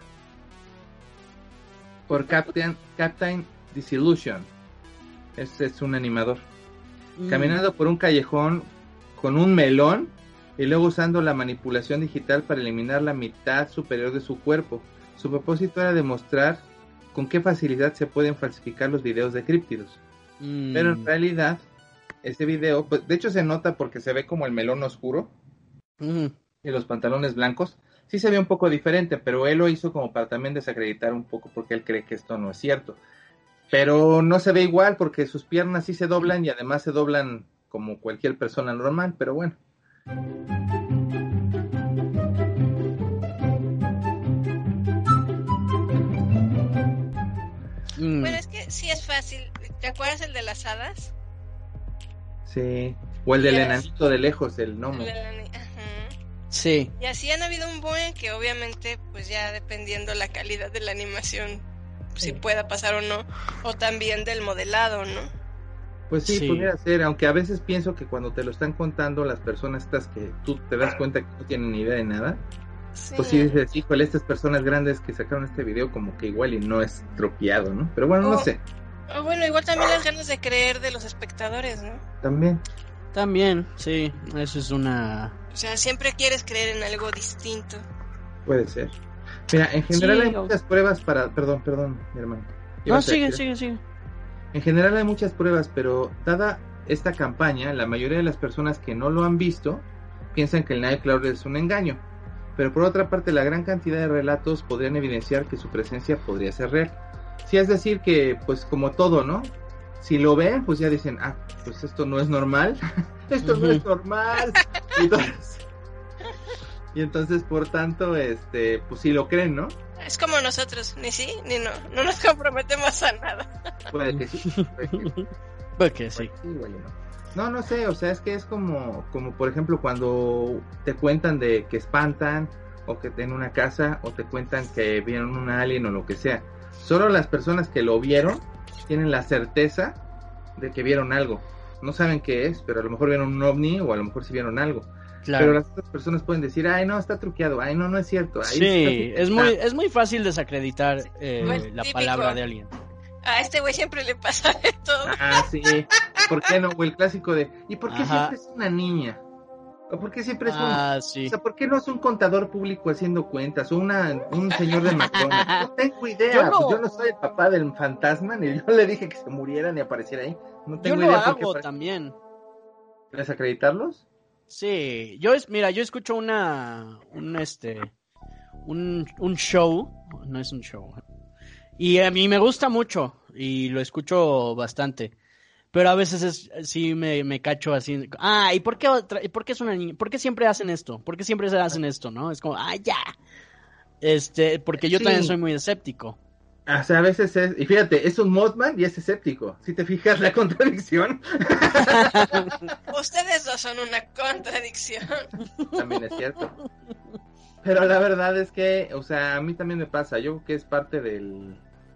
por Captain, Captain Disillusion. Este es un animador. Caminando por un callejón con un melón y luego usando la manipulación digital para eliminar la mitad superior de su cuerpo. Su propósito era demostrar con qué facilidad se pueden falsificar los videos de críptidos. Mm. Pero en realidad ese video, pues, de hecho se nota porque se ve como el melón oscuro Ujú. y los pantalones blancos. Sí se ve un poco diferente, pero él lo hizo como para también desacreditar un poco porque él cree que esto no es cierto. Pero no se ve igual porque sus piernas sí se doblan y además se doblan como cualquier persona normal, pero bueno. Mm. Bueno, es que sí es fácil. ¿Te acuerdas el de las hadas? Sí. O el del Yes. enanito de lejos, el gnomo. El de la ni- Ajá. Sí. Y así han habido un buen que obviamente, pues ya dependiendo la calidad de la animación, si pueda pasar o no, o también del modelado, ¿no? Pues sí, Sí. pudiera ser, aunque a veces pienso que cuando te lo están contando las personas estas que tú te das cuenta que no tienen ni idea de nada, Sí. pues sí dices, híjole, estas personas grandes que sacaron este video como que igual y no es tropiado, ¿no? Pero bueno, no Oh. sé, O bueno, igual también las ganas de creer de los espectadores, ¿no? también. También, sí. Eso es una... O sea, siempre quieres creer en algo distinto. Puede ser. Mira, en general Sí, hay o- muchas pruebas para... Perdón, perdón, mi hermano. No, ¿Ibas a sigue, decir? sigue, sigue. En general hay muchas pruebas, pero dada esta campaña, la mayoría de las personas que no lo han visto piensan que el Nightcrawler es un engaño. Pero por otra parte, la gran cantidad de relatos podrían evidenciar que su presencia podría ser real. Sí, es decir que, pues como todo, ¿no? Si lo ven, pues ya dicen, ah, pues esto no es normal. Esto no Ujú. es normal. Y entonces, y entonces, por tanto, este, pues sí lo creen, ¿no? Es como nosotros, ni sí ni no. No nos comprometemos a nada. Puede que sí. Puede que sí. Porque sí. Sí, güey, no. No, no sé, o sea, es que es como, como por ejemplo cuando te cuentan de que espantan, o que en una casa, o te cuentan que vieron un alien o lo que sea. Solo las personas que lo vieron tienen la certeza de que vieron algo. No saben qué es, pero a lo mejor vieron un ovni o a lo mejor sí vieron algo. Claro. Pero las otras personas pueden decir, ay, no, está truqueado, ay, no, no es cierto. Ahí Sí, está- es muy, es muy fácil desacreditar eh, Como el la típico. palabra de alguien. A este güey siempre le pasa de todo. Ah, sí. ¿Por qué no? O el clásico de, ¿y por qué Ajá. siempre es una niña? ¿O por qué siempre es un... Ah, sí. O sea, ¿por qué no es un contador público haciendo cuentas o una, un señor de McDonald's? No tengo idea. Yo Yo no- no, yo no soy el papá del fantasma, ni yo le dije que se muriera ni apareciera ahí. No Yo tengo lo idea por qué hago apare- también. ¿Desacreditarlos? Sí, yo es, mira, yo escucho una, un este, un, un show, no es un show, y a mí me gusta mucho y lo escucho bastante, pero a veces es, sí me, me cacho así, ah, ¿y por qué otra, y por qué es una niña, por qué siempre hacen esto, por qué siempre se hacen esto, no? Es como, ah, ya, este, porque yo Sí. también soy muy escéptico. O sea, a veces es... Y fíjate, es un Mothman y es escéptico. Si te fijas la contradicción, Ustedes dos son una contradicción. también es cierto. Pero la verdad es que, o sea, a mí también me pasa. Yo creo que es parte del...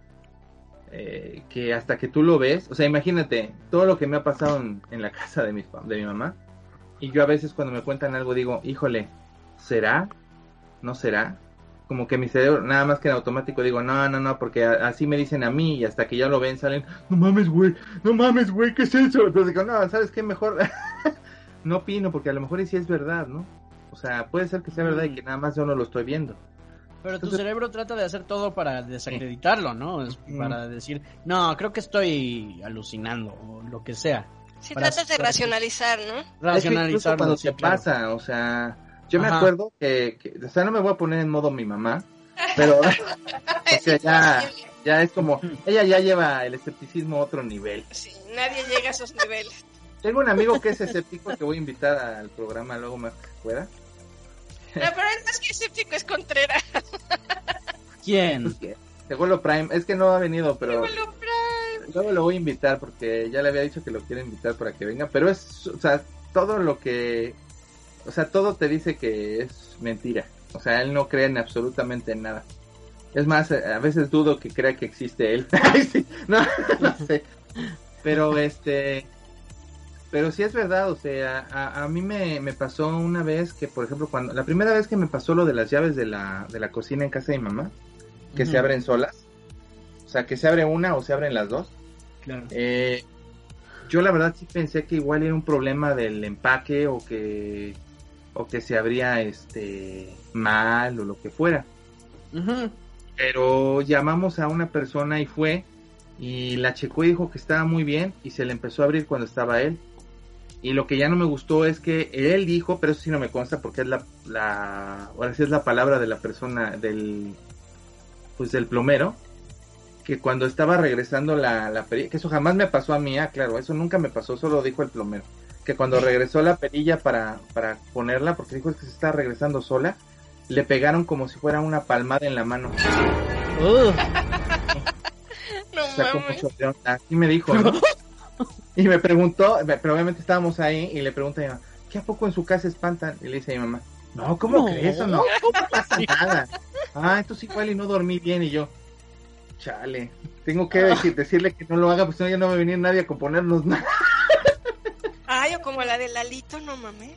eh, que hasta que tú lo ves, o sea, imagínate todo lo que me ha pasado en, en la casa de mi, fa- de mi mamá, y yo a veces cuando me cuentan algo digo, híjole, ¿será? ¿No será? Como que mi cerebro, nada más que en automático digo, no, no, no, porque a- así me dicen a mí, y hasta que ya lo ven salen, no mames, güey, no mames, güey, ¿qué es eso? Entonces digo, no, ¿sabes qué? Mejor no opino, porque a lo mejor y sí es verdad, ¿no? O sea, puede ser que sea verdad y que nada más yo no lo estoy viendo. Pero tu Entonces- cerebro trata de hacer todo para desacreditarlo, ¿no? Es Mm. para decir, no, creo que estoy alucinando o lo que sea. Si Para- tratas de para- racionalizar, ¿no? Es que incluso Racionalizarlo. cuando sí, te claro. pasa, o sea, yo me Ajá. acuerdo que, que, o sea, no me voy a poner en modo mi mamá, pero porque ya, ya es como, ella ya lleva el escepticismo a otro nivel. Sí, nadie llega a esos niveles. Tengo un amigo que es escéptico que voy a invitar al programa luego más que pueda. No, pero el más que escéptico es Contreras. ¿Quién? Pues que, Seguro Prime, es que no ha venido, pero Bueno, Prime. luego lo voy a invitar porque ya le había dicho que lo quiero invitar para que venga, pero es, o sea, todo lo que, o sea, todo te dice que es mentira. O sea, él no cree en absolutamente nada. Es más, a veces dudo que crea que existe él. Ay, sí, no, no sé. Pero este, pero sí es verdad, o sea, a, a mí me, me pasó una vez que, por ejemplo, cuando la primera vez que me pasó lo de las llaves de la, de la cocina en casa de mi mamá, que Ujú. se abren solas, o sea, que se abre una o se abren las dos. Claro. Eh, yo la verdad sí pensé que igual era un problema del empaque o que o que se abría este mal o lo que fuera. Ujú. Pero llamamos a una persona y fue y la checó y dijo que estaba muy bien y se le empezó a abrir cuando estaba él. y lo que ya no me gustó es que él dijo, pero eso sí no me consta porque es la, la ahora sí es la palabra de la persona, del pues del plomero, que cuando estaba regresando la, la perilla, que eso jamás me pasó a mí, ah, claro, eso nunca me pasó, solo dijo el plomero, que cuando regresó la perilla para, para ponerla, porque dijo que se estaba regresando sola, le pegaron como si fuera una palmada en la mano. Uh. No Sacó mames. mucho de onda, así me dijo, ¿no? Y me preguntó, pero obviamente estábamos ahí, y le pregunta a mi mamá, ¿qué a poco en su casa espantan? Y le dice a mi mamá, no, ¿cómo No. crees eso? No, no pasa nada. Ah, esto sí igual y no dormí bien, y yo, chale, tengo que decir, decirle que no lo haga, pues si no ya no va a venir nadie a componernos nada. Ay, o como la de Lalito, no mames.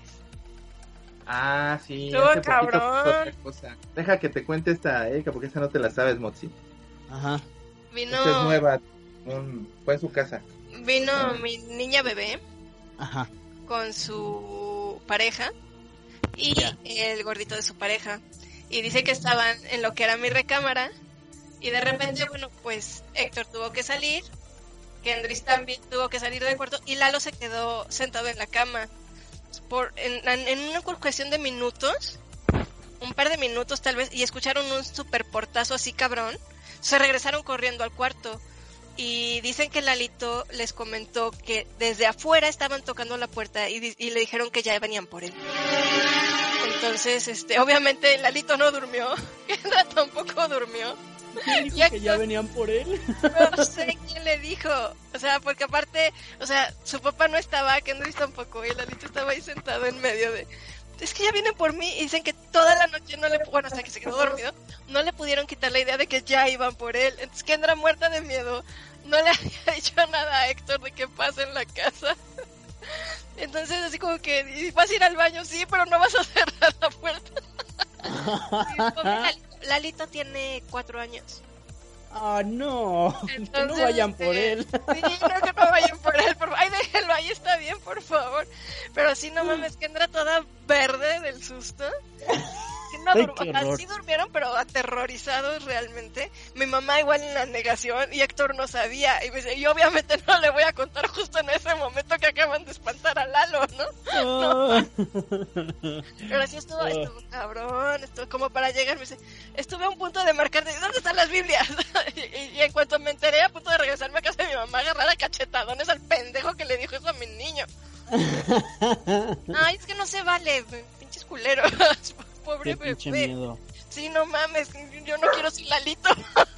Ah, sí, Estuvo hace poquito cabrón. fue otra cosa. Deja que te cuente esta, Erika, porque esta no te la sabes, Motsi. Ajá. Vino, Esta es nueva, un- fue en su casa. vino mi niña bebé Ajá. con su pareja y Ya. el gordito de su pareja. Y dice que estaban en lo que era mi recámara y de repente, bueno, pues Héctor tuvo que salir, Kendris también tuvo que salir del cuarto y Lalo se quedó sentado en la cama. Por, en, en una cuestión de minutos, un par de minutos tal vez, y escucharon un super portazo así cabrón, se regresaron corriendo al cuarto. Y dicen que Lalito les comentó que desde afuera estaban tocando la puerta y, di- y le dijeron que ya venían por él. Entonces, este, obviamente Lalito no durmió, Kendra tampoco durmió. ¿Quién dijo Ya que ya que- venían por él? No sé quién le dijo, o sea, porque aparte, o sea, su papá no estaba, Kendris tampoco, y Lalito estaba ahí sentado en medio de... Es que ya vienen por mí y dicen que toda la noche no le... Bueno, hasta que se quedó dormido, no le pudieron quitar la idea de que ya iban por él. Entonces Kendra, muerta de miedo, no le había dicho nada a Héctor de qué pasa en la casa. Entonces así como que, "¿Y vas a ir al baño?". Sí, pero no vas a cerrar la puerta. Sí, pobre Lalito. Lalito tiene cuatro años. Ah, no. Que no Entonces, vayan por este, él. Sí, no, que no vayan por él, por favor. Ay, déjenlo ahí, está bien, por favor. Pero sí, no mames, que entra toda verde del susto. Que no Ay, dur- qué o sea, horror. sí durmieron, pero aterrorizados realmente. Mi mamá igual en la negación y Héctor no sabía. Y me dice, y obviamente no le voy a contar justo en ese momento que acaban de espantar a Lalo, ¿no? Ah. Pero sí estuvo, estuvo cabrón, estuvo como para llegar, me dice, estuve a un punto de marcar, de, ¿dónde están las Biblias? y, y- y en cuanto me enteré, a punto de regresarme a casa de mi mamá, agarrar a cachetadones al pendejo que le dijo eso a mi niño. Ay, es que no se vale, pinches culeros, pobre Qué pinche bebé. miedo. Sí, no mames, yo no quiero ser Lalito.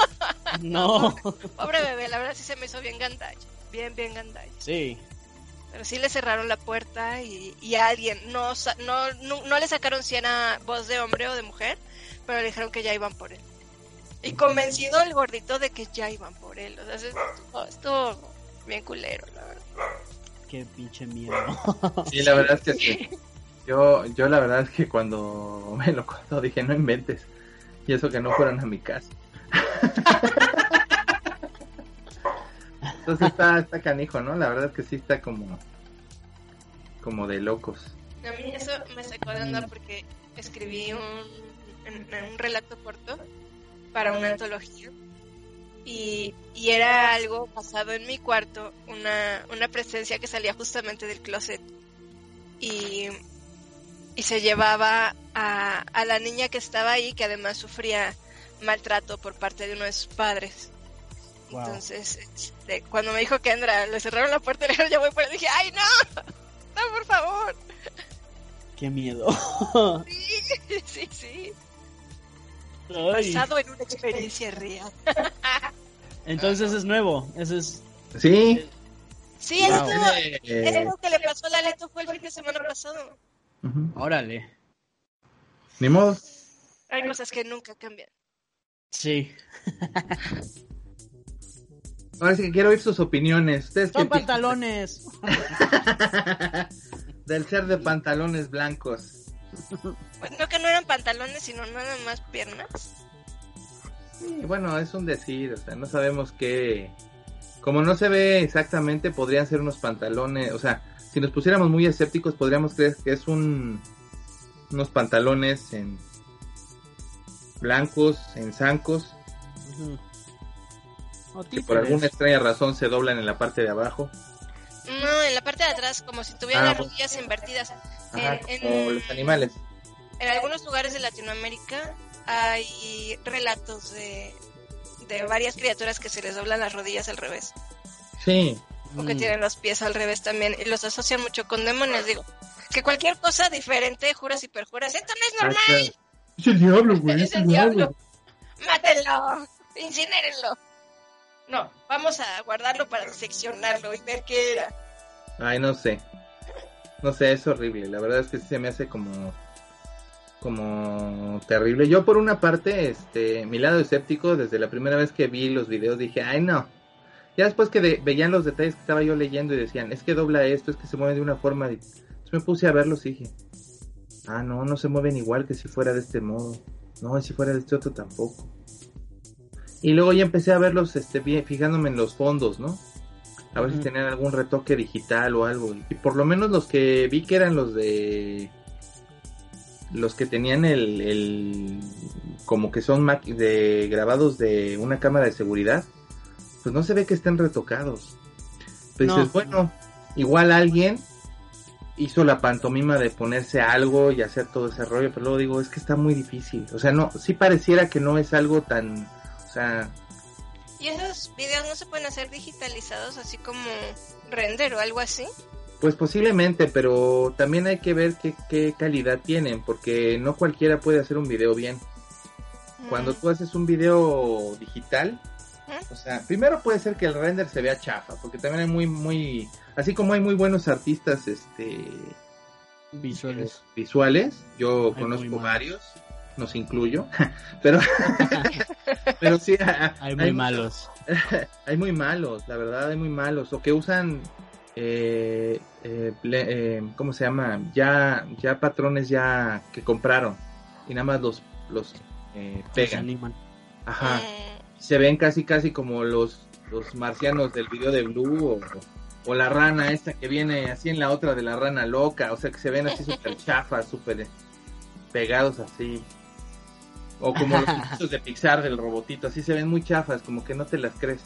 No. Pobre bebé, la verdad sí se me hizo bien gandalla, bien, bien gandalla. Sí. Pero sí le cerraron la puerta y, y a alguien, no, sa- no, no, no le sacaron si era voz de hombre o de mujer, pero le dijeron que ya iban por él. Y convencido el gordito de que ya iban por él. O sea, esto, esto bien culero, la verdad. Qué pinche miedo. Sí, la verdad es que sí. Yo, yo la verdad es que cuando me lo contó dije, no inventes. Y eso que no fueron a mi casa. Entonces está, está canijo, ¿no? La verdad es que sí está como, como de locos. A mí eso me sacó de onda porque escribí un, en- en un relato corto para una antología y, y era algo basado en mi cuarto, una, una presencia que salía justamente del closet y, y se llevaba a, a la niña que estaba ahí, que además sufría maltrato por parte de uno de sus padres. Wow. Entonces, este, cuando me dijo Kendra, le cerraron la puerta y le dijeron, ya voy por él, dije, ¡ay, no! ¡No, por favor! Qué miedo. Sí, sí, sí. Ay. Basado en una experiencia real. Entonces es nuevo. Ese es. Sí. Sí, es Wow. nuevo. Eh, Es lo que le pasó a Laleto fue el fin de semana pasado. ujú. Órale. Ni modo. Hay cosas que nunca cambian. Sí. Ahora sí que quiero oír sus opiniones. ¿Ustedes Son qué piensan pantalones. del ser de pantalones blancos? Pues no, que no eran pantalones, sino nada más piernas. Sí, bueno, es un decir, o sea, no sabemos qué... Como no se ve exactamente, podrían ser unos pantalones, o sea, si nos pusiéramos muy escépticos, podríamos creer que es un... unos pantalones en... blancos, en zancos, Ujú. O que por títeres. alguna extraña razón se doblan en la parte de abajo. No, en la parte de atrás, como si tuvieran Ah, las pues. rodillas invertidas. Ajá, En, como en- los animales. en algunos lugares de Latinoamérica hay relatos de, de varias criaturas que se les doblan las rodillas al revés. Sí. O que Mm. tienen los pies al revés también. Y los asocian mucho con demonios. Digo, que cualquier cosa diferente, juras y perjuras. Esto no es Ah, normal. claro. Es el diablo, güey. Es el diablo. Mátenlo. Incinérenlo. No, vamos a guardarlo para diseccionarlo y ver qué era. Ay, no sé. No sé, es horrible. La verdad es que sí se me hace como como terrible. Yo por una parte, este, mi lado escéptico, desde la primera vez que vi los videos dije, ay no. Ya después que de- veían los detalles que estaba yo leyendo y decían, es que dobla esto, es que se mueve de una forma. di- Entonces me puse a verlos y dije, ah no, no se mueven igual que si fuera de este modo. No, y si fuera de este otro tampoco. Y luego ya empecé a verlos, este, bien, fijándome en los fondos, ¿no? A ver si Ujú. tenían algún retoque digital o algo. Y por lo menos los que vi que eran los de... Los que tenían el... el como que son maqui- de grabados de una cámara de seguridad. Pues no se ve que estén retocados. Pues No. dices, bueno, igual alguien hizo la pantomima de ponerse algo y hacer todo ese rollo. Pero luego digo, es que está muy difícil. O sea, no, sí pareciera que no es algo tan... O sea... ¿Y esos videos no se pueden hacer digitalizados así como render o algo así? Pues posiblemente, pero también hay que ver qué, qué calidad tienen, porque no cualquiera puede hacer un video bien. Cuando tú haces un video digital, Ujú. o sea, primero puede ser que el render se vea chafa, porque también hay muy, muy, así como hay muy buenos artistas, este, Visuales. visuales, yo Hay conozco muy malos. varios, nos incluyo, pero, pero sí, a- Hay muy malos. hay muy malos, la verdad, hay muy malos, o que usan, eh, eh, ple- eh, ¿cómo se llama? Ya, ya patrones ya que compraron y nada más los, los eh, Se pegan. animan. Ajá. Mm, Se ven casi, casi como los, los marcianos del video de Blue o, o la rana esta que viene así en la otra de la rana loca, o sea que se ven así súper chafas, súper pegados así. O como los dibujitos de Pixar del robotito, así se ven muy chafas, como que no te las crees.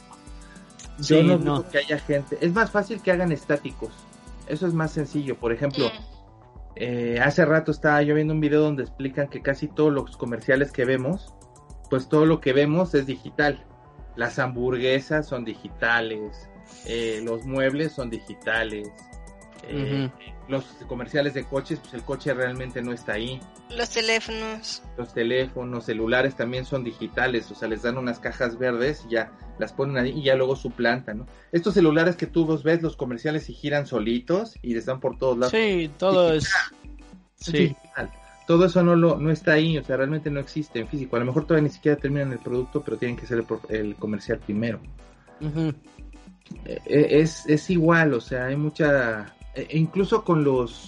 Yo Sí, no no. dudo que haya gente. Es más fácil que hagan estáticos. Eso es más sencillo. Por ejemplo, mm. eh, hace rato estaba yo viendo un video donde explican que casi todos los comerciales que vemos, pues todo lo que vemos es digital. Las hamburguesas son digitales, eh, los muebles son digitales, eh, los comerciales de coches, pues el coche realmente no está ahí. Los teléfonos. Los teléfonos, celulares también son digitales, o sea, les dan unas cajas verdes y ya las ponen ahí y ya luego suplantan, ¿no? Estos celulares que tú los ves, los comerciales y giran solitos y están por todos lados. Sí, todo es... Es Sí. digital. Todo eso no lo no está ahí, o sea, realmente no existe en físico. A lo mejor todavía ni siquiera terminan el producto, pero tienen que ser el, pro- el comercial primero. Ujú. Eh, eh, es, es igual, o sea, hay mucha... eh, incluso con los...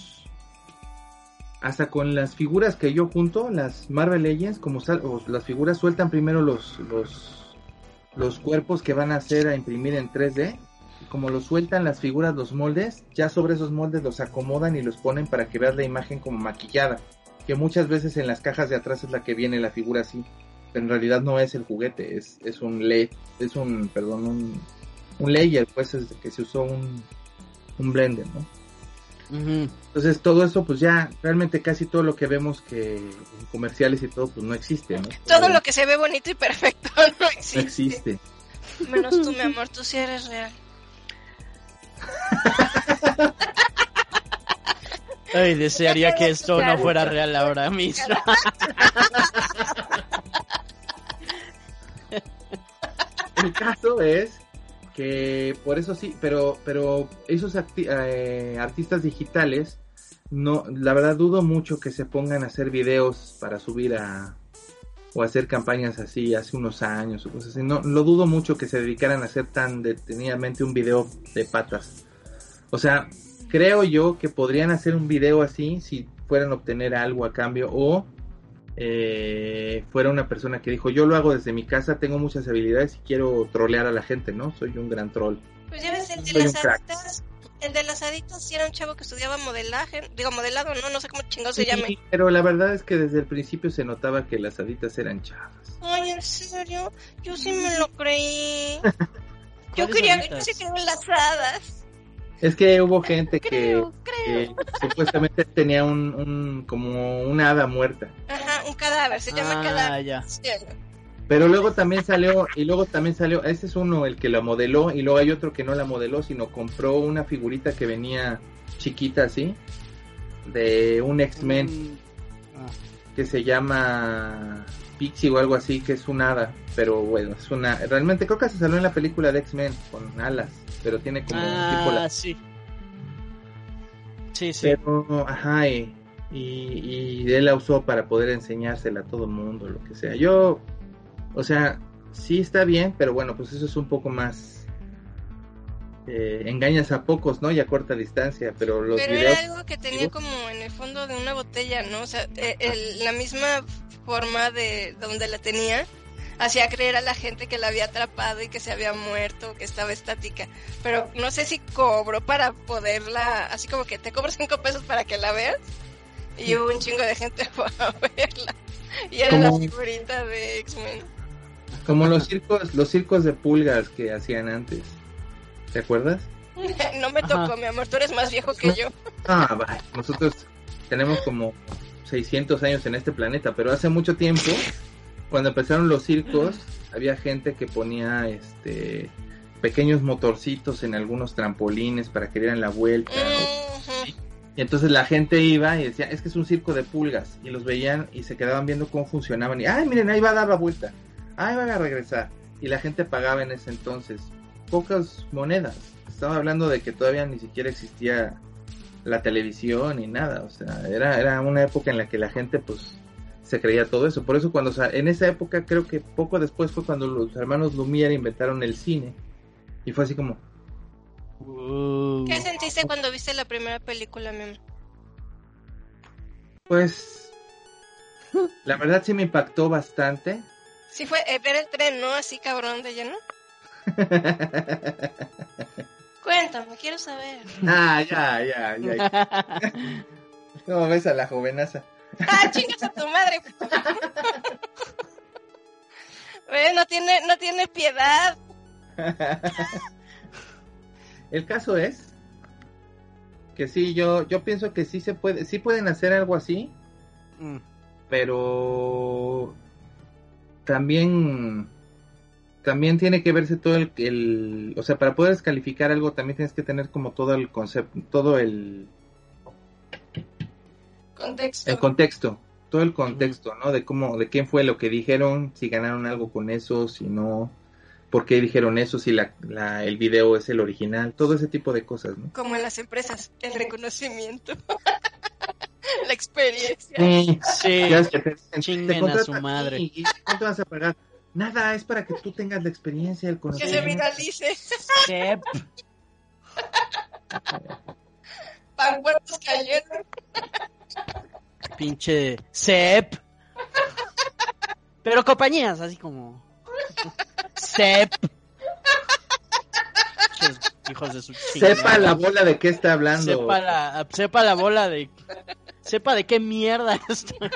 Hasta con las figuras que yo junto, las Marvel Legends, como sal- o las figuras sueltan primero los, los, los cuerpos que van a hacer a imprimir en tres D. Y como los sueltan las figuras, los moldes, ya sobre esos moldes los acomodan y los ponen para que veas la imagen como maquillada. Que muchas veces en las cajas de atrás es la que viene la figura así. Pero en realidad no es el juguete, es, es un L E D, es un, perdón, un, un layer, pues es que se usó un, un blender, ¿no? Ujú. Entonces todo eso pues ya, realmente casi todo lo que vemos que en comerciales y todo pues no existe, ¿no? Todo lo que se ve bonito y perfecto no existe. no existe. Menos tú, mi amor, tú sí eres real. Ay, desearía que esto no fuera real ahora mismo. El caso es que por eso sí, pero pero esos acti- eh, artistas digitales no, la verdad dudo mucho que se pongan a hacer videos para subir a o hacer campañas así hace unos años o cosas así. No, lo dudo mucho que se dedicaran a hacer tan detenidamente un video de patas. O sea, creo yo que podrían hacer un video así si fueran a obtener algo a cambio o eh, fuera una persona que dijo, yo lo hago desde mi casa, tengo muchas habilidades y quiero trolear a la gente, ¿no? Soy un gran troll. Pues ya ves, el de Soy las un crack. aditas, el de las aditas sí era un chavo que estudiaba modelaje, digo modelado, no, no sé cómo chingados se Sí, llame. pero la verdad es que desde el principio se notaba que las haditas eran chavas. Ay, ¿en serio? Yo sí me lo creí. Yo ¿Cuáles quería, yo aditas? sí quería las hadas. Es que hubo gente que, Creo, creo. que supuestamente tenía un, un como una hada muerta. Ajá, un cadáver, se llama Ah, cadáver. ya. Sí. Pero luego también salió, y luego también salió, ese es uno el que la modeló, y luego hay otro que no la modeló, sino compró una figurita que venía chiquita así, de un X-Men Mm, ah. que se llama Pixie o algo así, que es un hada, pero bueno, es una, realmente creo que se salió en la película de X-Men, con alas, pero tiene como un tipo Ah, la... sí. Sí, sí. Pero, ajá, y, y, y él la usó para poder enseñársela a todo el mundo, lo que sea. Yo, o sea, sí está bien, pero bueno, pues eso es un poco más... Eh, engañas a pocos, ¿no? Y a corta distancia, pero los Pero videos... era algo que tenía como en el fondo de una botella, ¿no? O sea, eh, el- la misma forma de donde la tenía hacía creer a la gente que la había atrapado y que se había muerto, que estaba estática. Pero no sé si cobró para poderla, así como que te cobro cinco pesos para que la veas. Y hubo un chingo de gente para verla. Y era Como- la figurita de X-Men. Como los circos, los circos de pulgas que hacían antes. ¿Te acuerdas? No me tocó, Ajá. mi amor, tú eres más viejo que yo. Ah, vaya, nosotros tenemos como seiscientos años en este planeta, pero hace mucho tiempo, cuando empezaron los circos, había gente que ponía este pequeños motorcitos en algunos trampolines para que dieran la vuelta. ¿no? Ujú. Y entonces la gente iba y decía, es que es un circo de pulgas. Y los veían y se quedaban viendo cómo funcionaban. Y, ay, miren, ahí va a dar la vuelta. Ahí van a regresar. Y la gente pagaba en ese entonces pocas monedas. Estaba hablando de que todavía ni siquiera existía la televisión ni nada. O sea, era, era una época en la que la gente pues se creía todo eso. Por eso cuando, o sea, en esa época creo que poco después fue cuando los hermanos Lumière inventaron el cine. Y fue así como, Uh, ¿Qué sentiste cuando viste la primera película, mi amor? pues, la verdad sí me impactó bastante. Sí fue eh, ver el tren, ¿no? Así cabrón de lleno. Cuéntame, quiero saber. Ah, ya, ya, ya. ¿Cómo ves a la jovenaza? ¡Ah, chingas a tu madre! Ve, no tiene, no tiene piedad. El caso es que sí, yo, yo pienso que sí se puede, sí pueden hacer algo así, mm. pero también, también tiene que verse todo el, el, o sea, para poder descalificar algo también tienes que tener como todo el concepto, todo el, Contexto. el contexto, todo el contexto, ¿no? De cómo, de quién fue lo que dijeron, si ganaron algo con eso, si no, por qué dijeron eso, si la, la, el video es el original, todo ese tipo de cosas, ¿no? Como en las empresas, el reconocimiento. La experiencia. Sí, Sí. ya es que te, te Chinguen a contratan su madre. y, y ¿cuánto vas a pagar? Nada, es para que tú tengas la experiencia, el Que se conocimiento. viralice. Sep. Pancuertos cayeron. Pinche Sep. Pero compañías, así como Sep. Pinches hijos de su chingada. Sepa la bola de qué está hablando. Sepa la, sepa la bola de... Sepa de qué mierda está.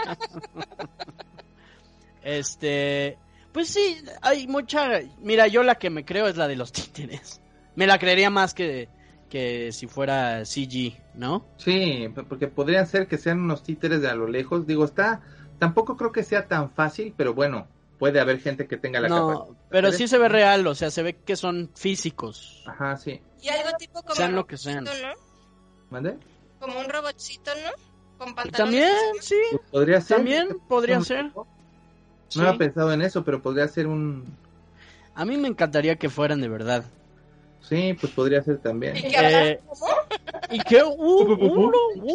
Este... Pues sí, hay mucha... Mira, yo la que me creo es la de los títeres. Me la creería más que, que si fuera C G, ¿no? Sí, porque podrían ser que sean unos títeres de a lo lejos. Digo, está... Tampoco creo que sea tan fácil, pero bueno, puede haber gente que tenga la capacidad. No, pero sí se ve real, o sea, se ve que son físicos. Ajá, sí. Y algo tipo como Sean un lo que sean. robotcito, ¿no? ¿Mande? Como un robotcito, ¿no? Con Y pantalones. también, sí, Pues podría ser. también podría ser. No sí. había pensado en eso, pero podría ser un... A mí me encantaría que fueran de verdad. Sí, pues podría ser también. Y que hablan Eh, como... Y que... Uh, uh, uh,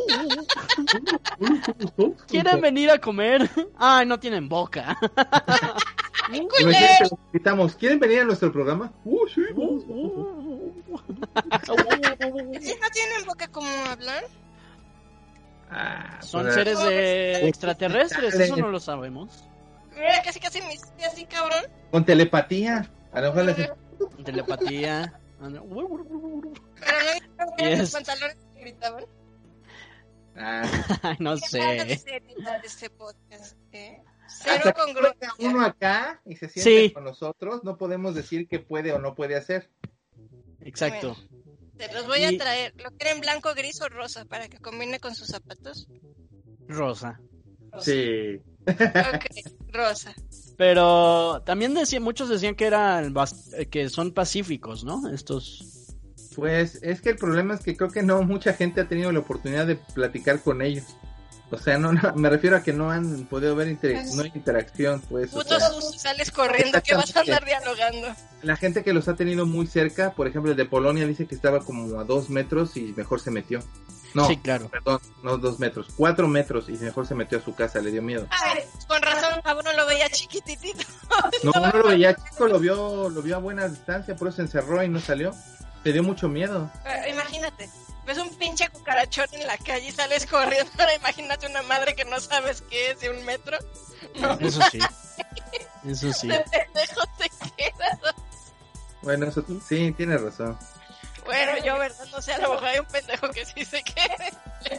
uh. ¿Quieren venir a comer? Ay, no tienen boca. Imagínate, gritamos, ¿quieren venir a nuestro programa? Uh, sí. Uh, uh, uh. ¿Y no tienen boca como hablan? Ah, Son pues, seres de extraterrestres, eso no lo sabemos. Mira, casi casi me hiciste así, cabrón. con telepatía. A lo mejor les... Telepatía. Pero no Y vieron es- los pantalones que gritaban. Ah, Ay, no ¿Qué tal la sé. seriedad de este podcast, eh? Cero hasta que venga congruencia. uno acá y se siente Sí. con nosotros, no podemos decir qué puede o no puede hacer. Exacto. Te los voy Y- a traer. ¿Lo quieren blanco, gris o rosa para que combine con sus zapatos? Rosa. Sí. Ok, rosa. Pero también decían, muchos decían que eran bast- eh, que son pacíficos, ¿no? Estos. Pues es que el problema es que creo que no mucha gente ha tenido la oportunidad de platicar con ellos. O sea, no, no me refiero a que no han podido ver inter- no hay interacción, pues. O Puto sea, susto, sales corriendo que vas a andar dialogando. la gente que los ha tenido muy cerca, por ejemplo, el de Polonia dice que estaba como a dos metros y mejor se metió. No, Sí, claro. perdón, no dos metros, cuatro metros y mejor se metió a su casa, le dio miedo. Ay, con razón, a uno lo veía chiquititito. No, no lo veía chico, lo vio, lo vio a buena distancia, por eso se encerró y no salió. Le dio mucho miedo. Eh, Imagínate, ves un pinche cucarachón en la calle y sales corriendo. Ahora imagínate una madre que no sabes qué es de un metro. No, Eso sí. Eso sí. de pendejo te quedas. Bueno, eso sí, tienes razón. Bueno, yo, verdad, no sé, a lo mejor hay un pendejo que sí se quede, pero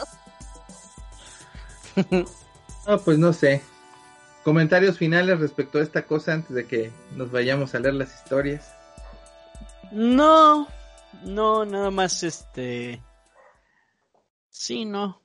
yo no. No, pues no sé. Comentarios finales respecto a esta cosa antes de que nos vayamos a leer las historias. No, no, nada más este. Sí, no.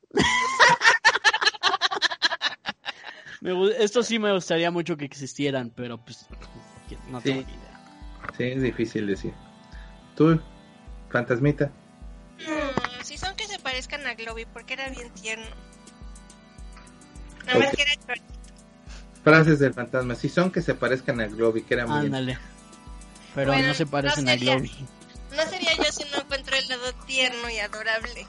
Me gu- Esto sí me gustaría mucho que existieran, pero pues que no Sí. tengo ni idea. Sí, es difícil decir. Tú, fantasmita. Mm, si son que se parezcan a Globby, porque era bien tierno. Nada más Ok. que era chorito. Frases del fantasma. Si son que se parezcan a Globy, que eran bien. Ándale. Pero Bueno, no se parecen no a sería- Globby. No sería yo si no encuentro el lado tierno y adorable.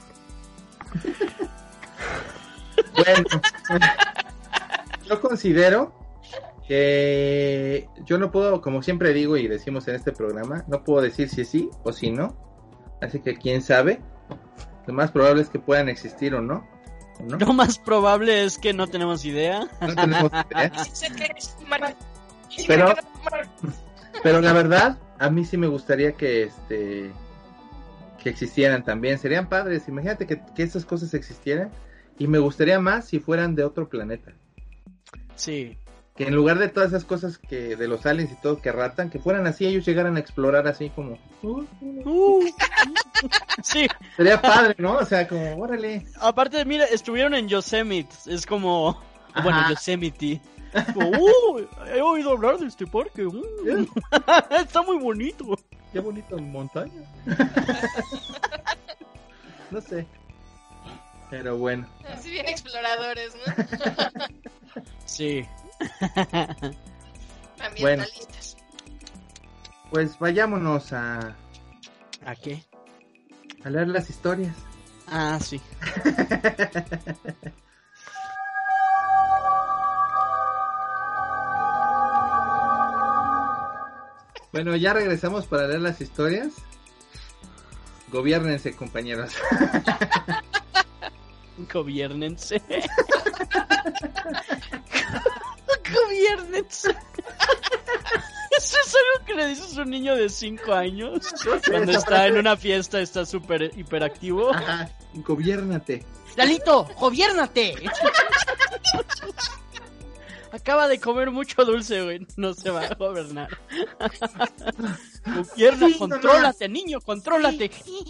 Bueno, yo considero que yo no puedo, como siempre digo y decimos en este programa, no puedo decir si sí o si no. Así que quién sabe. Lo más probable es que puedan existir o no. ¿o no? Lo más probable es que no tenemos idea. No tenemos idea. Sé que es mar- Pero- Pero la verdad, a mí sí me gustaría que este que existieran también. Serían padres. Imagínate que, que esas cosas existieran. Y me gustaría más si fueran de otro planeta. Sí. Que en lugar de todas esas cosas que de los aliens y todo que ratan, que fueran así, ellos llegaran a explorar así como... uh, Uh. Sí. sería padre, ¿no? O sea, como, órale. Aparte, mira, estuvieron en Yosemite. Es como. Ajá. Bueno, Yosemite. Como, uh, he oído hablar de este parque. uh. Está muy bonito. Qué bonito montaña. No sé. Pero bueno. Así bien exploradores, ¿no? Sí. Ambientalistas. Pues vayámonos a, ¿A qué? a leer las historias. Ah, sí. Bueno, ya regresamos para leer las historias. Gobiérnense, compañeros. Gobiernense. Gobiernense. Eso es algo que le dices a un niño de cinco años. Cuando está en una fiesta, está súper hiperactivo. Ajá, gobiérnate. Lalito, gobiérnate. Acaba de comer mucho dulce, güey. No se va a gobernar. Gobierna, Sí, contrólate, niño, contrólate.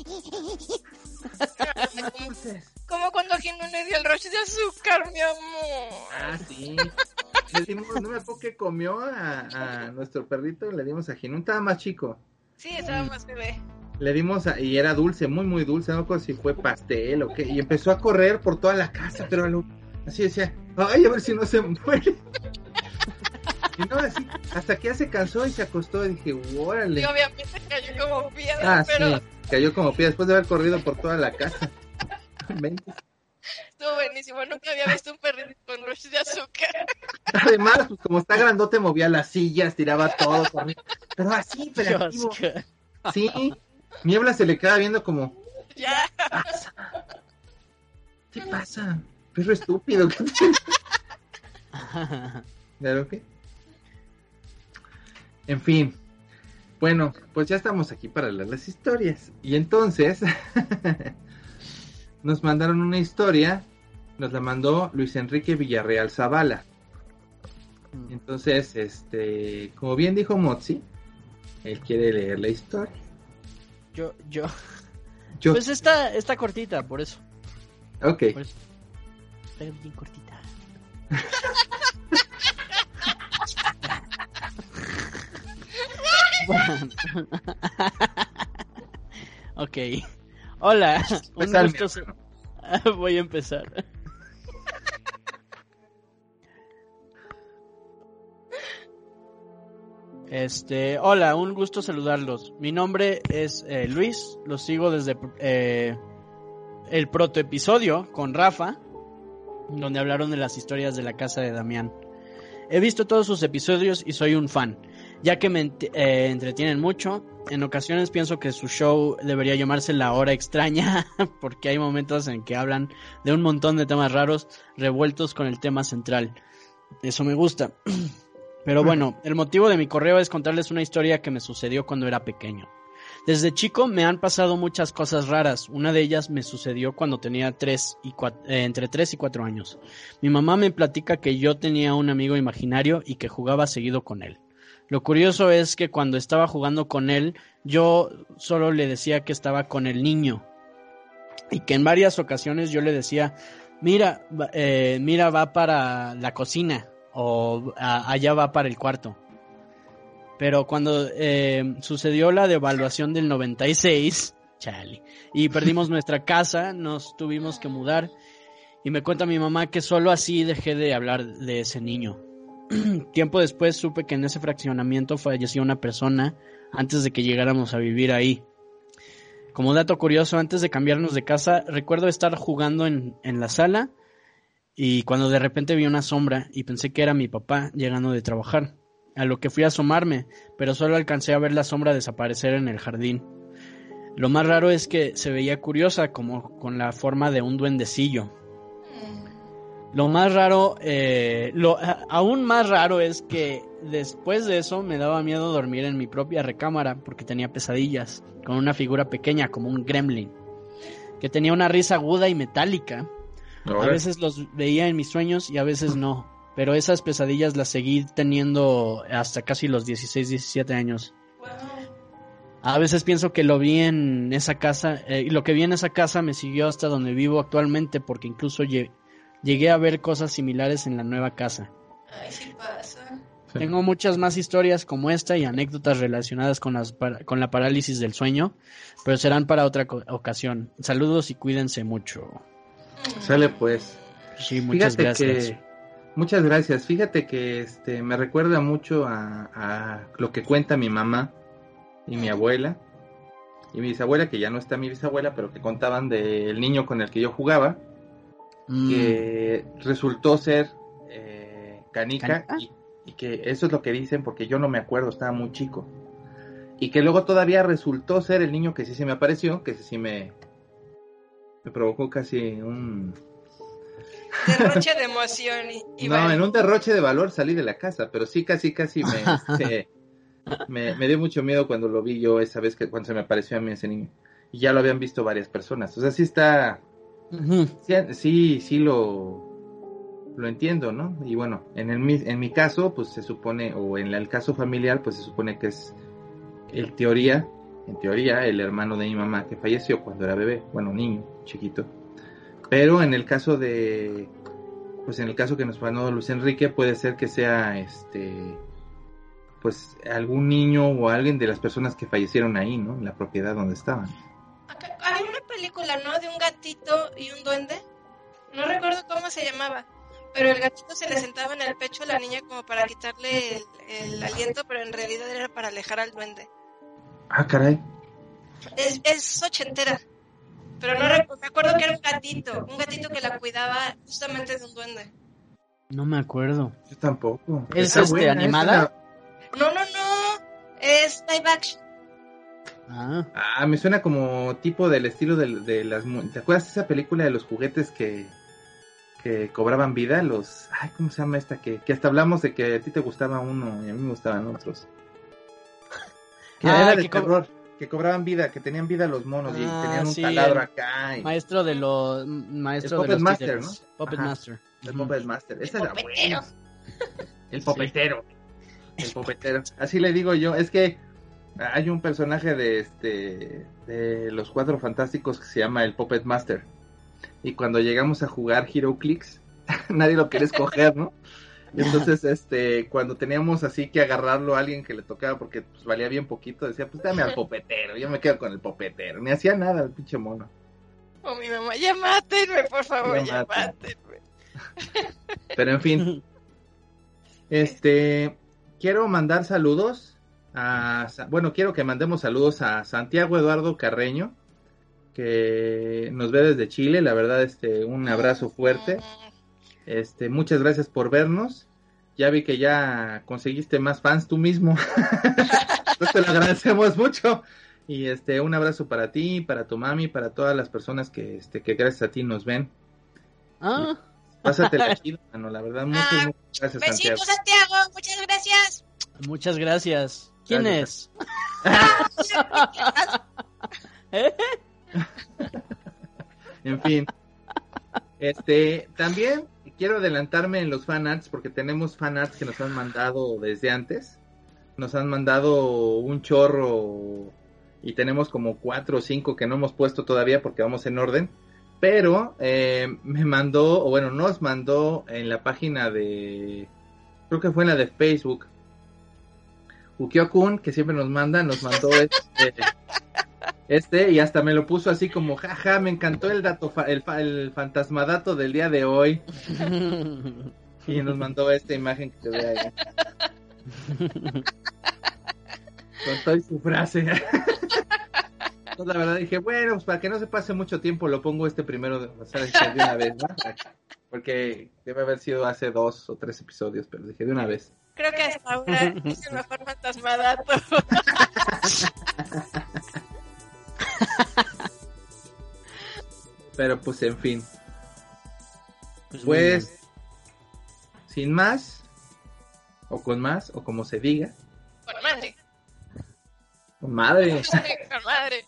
Como cuando Gino le dio el roche de azúcar, mi amor. Ah, sí. Le dimos, no me acuerdo que comió a, a nuestro perrito, le dimos a Gino, estaba más chico. Sí, estaba más bebé. Le dimos a, y era dulce, muy muy dulce, no me acuerdo si fue pastel o qué, y empezó a correr por toda la casa, pero a lo- así decía, ay, a ver si no se muere. Y no, así, hasta que ya se cansó y se acostó, y dije, órale. Y obviamente cayó como piedra, Ah, pero sí, cayó como pie después de haber corrido por toda la casa. Vente. estuvo buenísimo. Nunca había visto un perrito con roche de azúcar. Además, pues como está grandote, movía las sillas, tiraba todo, corría. Pero así, hiperactivo. Dios, Sí, Niebla se le queda viendo como, Ya. ¿qué pasa? ¿Qué pasa? Perro estúpido. ¿Qué te... ¿Claro que? En fin. Bueno, pues ya estamos aquí para leer las historias. Y entonces nos mandaron una historia. Nos la mandó Luis Enrique Villarreal Zavala. Entonces, este, como bien dijo Motzi, él quiere leer la historia. Yo, yo, Yo, Pues está, está cortita, por eso. ok. Por eso. Está bien cortita. Ok. Hola. Un Empezar, gusto se- Voy a empezar. Este, hola, un gusto saludarlos. Mi nombre es eh, Luis, los sigo desde eh, el protoepisodio con Rafa, donde hablaron de las historias de la casa de Damián. He visto todos sus episodios y soy un fan, ya que me ent- eh, entretienen mucho. En ocasiones pienso que su show debería llamarse La Hora Extraña, porque hay momentos en que hablan de un montón de temas raros revueltos con el tema central. Eso me gusta. Pero bueno, el motivo de mi correo es contarles una historia que me sucedió cuando era pequeño. Desde chico me han pasado muchas cosas raras. Una de ellas me sucedió cuando tenía tres y cuatro, eh, entre tres y cuatro años. Mi mamá me platica que yo tenía un amigo imaginario y que jugaba seguido con él. Lo curioso es que cuando estaba jugando con él, yo solo le decía que estaba con el niño. Y que en varias ocasiones yo le decía, mira, va- eh, mira, va para la cocina. O a- allá va para el cuarto. Pero cuando eh, sucedió la devaluación del noventa y seis, chale, y perdimos nuestra casa, nos tuvimos que mudar. Y me cuenta mi mamá que solo así dejé de hablar de ese niño. Tiempo después supe que en ese fraccionamiento falleció una persona antes de que llegáramos a vivir ahí. Como dato curioso, antes de cambiarnos de casa, recuerdo estar jugando en, en la sala y cuando de repente vi una sombra y pensé que era mi papá llegando de trabajar, a lo que fui a asomarme, pero solo alcancé a ver la sombra desaparecer en el jardín. Lo más raro es que se veía curiosa, como con la forma de un duendecillo. Lo más raro, eh, lo a- aún más raro es que después de eso me daba miedo dormir en mi propia recámara porque tenía pesadillas con una figura pequeña como un gremlin, que tenía una risa aguda y metálica. A Ahora, veces los veía en mis sueños y a veces no, pero esas pesadillas las seguí teniendo hasta casi los dieciséis, diecisiete años. A veces pienso que lo vi en esa casa, eh, y lo que vi en esa casa me siguió hasta donde vivo actualmente, porque incluso lle- llegué a ver cosas similares en la nueva casa. Ay, sí pasa. sí. Tengo muchas más historias como esta y anécdotas relacionadas con, las par- con la parálisis del sueño, pero serán para otra co- ocasión. Saludos y cuídense mucho. Sale pues. Sí, muchas Fíjate gracias. que muchas gracias. Fíjate que este me recuerda mucho a, a lo que cuenta mi mamá y mi abuela y mi bisabuela, que ya no está mi bisabuela, pero que contaban del niño con el que yo jugaba, Mm, que resultó ser eh, canica, ¿Canica? y, y que eso es lo que dicen porque yo no me acuerdo, estaba muy chico, y que luego todavía resultó ser el niño que sí se me apareció, que ese sí me me provocó casi un Derroche de emoción y, y no, vale. en un derroche de valor salí de la casa, pero sí casi casi me, este, me, me dio mucho miedo cuando lo vi yo esa vez, que cuando se me apareció a mí ese niño. Y ya lo habían visto varias personas. O sea, sí está, ujú. sí, sí, sí lo, lo entiendo, ¿no? Y bueno, en el mi- en mi caso, pues se supone, o en el caso familiar, pues se supone que es el teoría, en teoría, el hermano de mi mamá que falleció cuando era bebé, bueno, niño, chiquito. Pero en el caso de, pues en el caso que nos pasó Luis Enrique, puede ser que sea este, pues algún niño o alguien de las personas que fallecieron ahí, ¿no? En la propiedad donde estaban. Acá- Hay una película, ¿no? De un gatito y un duende. No recuerdo cómo se llamaba. Pero el gatito se le sentaba en el pecho a la niña como para quitarle el, el aliento, pero en realidad era para alejar al duende. Ah, caray. Es, es ochentera. Pero no recu- me acuerdo que era un gatito. Un gatito que la cuidaba justamente de un duende. No me acuerdo. Yo tampoco. ¿Es, Está este, buena, animada? esa- No, no, no. Es live action. Ah, Ah, me suena como tipo del estilo de, de las... mu- ¿Te acuerdas de esa película de los juguetes que, que cobraban vida? Los... Ay, ¿cómo se llama esta? Que, que hasta hablamos de que a ti te gustaba uno y a mí me gustaban otros. Que Ah, era de que co- terror, que cobraban vida, que tenían vida los monos y Ah, tenían un sí, taladro el acá. Y... maestro de los maestro El de Puppet los Master, títeres. ¿no? Puppet Ajá. Master. El Ujú. Puppet Master. Esa era popetero. buena. El popetero. El popetero. Así le digo yo. Es que hay un personaje de este de los Cuatro Fantásticos que se llama el Puppet Master. Y cuando llegamos a jugar HeroClix, nadie lo quería escoger, ¿no? Entonces, este, cuando teníamos así que agarrarlo a alguien que le tocaba, porque pues valía bien poquito, decía, pues dame al popetero, yo me quedo con el popetero. Ni hacía nada el pinche mono. O mi mamá, ya mátenme, por favor, ya, Ya mátenme. Pero en fin, este, quiero mandar saludos a, bueno, quiero que mandemos saludos a Santiago Eduardo Carreño, que nos ve desde Chile. La verdad, este, un abrazo fuerte. Este, muchas gracias por vernos. Ya vi que ya conseguiste más fans tú mismo. Pues te lo agradecemos mucho. Y este, un abrazo para ti, para tu mami, para todas las personas que este, que gracias a ti nos ven. Ah. Pásatela chido, mano, la verdad, muchas, Ah, muchas gracias, Santiago. Besitos, Santiago, muchas gracias. Muchas gracias. ¿Quién Gracias. es? ¿Eh? En fin. Este, también quiero adelantarme en los fanarts porque tenemos fanarts que nos han mandado desde antes. Nos han mandado un chorro y tenemos como cuatro o cinco que no hemos puesto todavía porque vamos en orden. Pero eh, me mandó, o bueno, nos mandó en la página de, creo que fue en la de Facebook, Ukyo-kun, que siempre nos manda, nos mandó este, este y hasta me lo puso así como, jaja, me encantó el dato, fa- el, fa- el fantasmadato del día de hoy. Y nos mandó esta imagen que te ve ahí. Con toda su frase. Entonces, la verdad dije, bueno, pues para que no se pase mucho tiempo lo pongo este primero de, o sea, de una vez, ¿no? Porque debe haber sido hace dos o tres episodios, pero dije de una vez. Creo que hasta ahora es el mejor fantasmadato. Pero pues en fin. Pues, muy bien. Pues, sin más, o con más, o como se diga, Con madre. con madre, Con madre.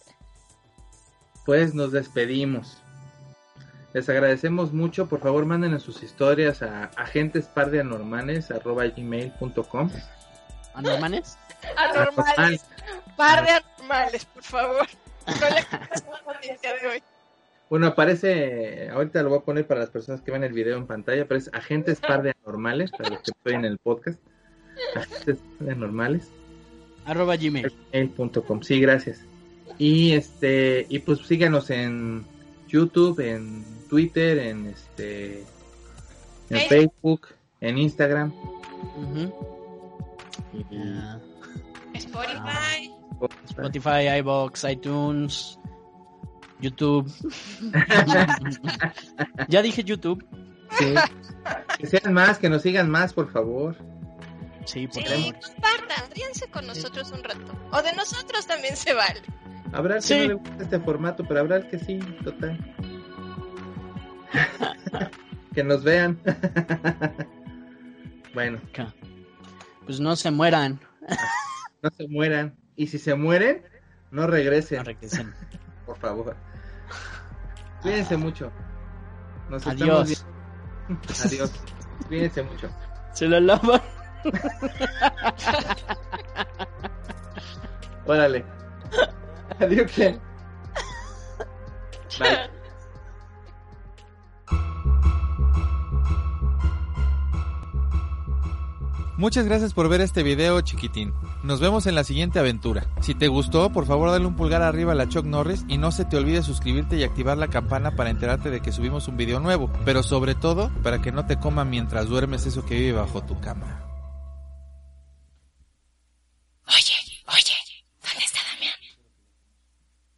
pues nos despedimos. Les agradecemos mucho. Por favor, manden sus historias a agentespardeanormales arroba gmail punto com. ¿Anormanes? Anormales. Par de anormales, por favor. No le quites la noticia de hoy. Bueno, aparece, ahorita lo voy a poner para las personas que ven el video en pantalla, pero es Agentes Par de Anormales, para los que estoy en el podcast. Agentes Par de Anormales Arroba Gmail. gmail punto com. Sí, gracias. Y este, y pues síganos en YouTube, en Twitter, en este, en Facebook. Facebook, en Instagram. Ujú. Y, Ah, Spotify. Spotify, iVoox, iTunes, YouTube. Ya dije YouTube. sí. Que sean más, que nos sigan más, por favor. Sí, por Sí, favor. compartan, ríanse con nosotros un rato. O de nosotros también se vale. Habrá el que Sí. no le guste este formato, pero habrá el que sí, total. Que nos vean. Bueno, Pues no se mueran. no se mueran. Y si se mueren, no regresen, No regresen. por favor. Cuídense mucho. Nos estamos Adiós. viendo. Adiós. Cuídense mucho. Se lo lavan. Órale. Adiós. ¿Qué? Bye. Muchas gracias por ver este video, chiquitín. Nos vemos en la siguiente aventura. Si te gustó, por favor dale un pulgar arriba a la Chuck Norris y no se te olvide suscribirte y activar la campana para enterarte de que subimos un video nuevo. Pero sobre todo, para que no te coma mientras duermes eso que vive bajo tu cama.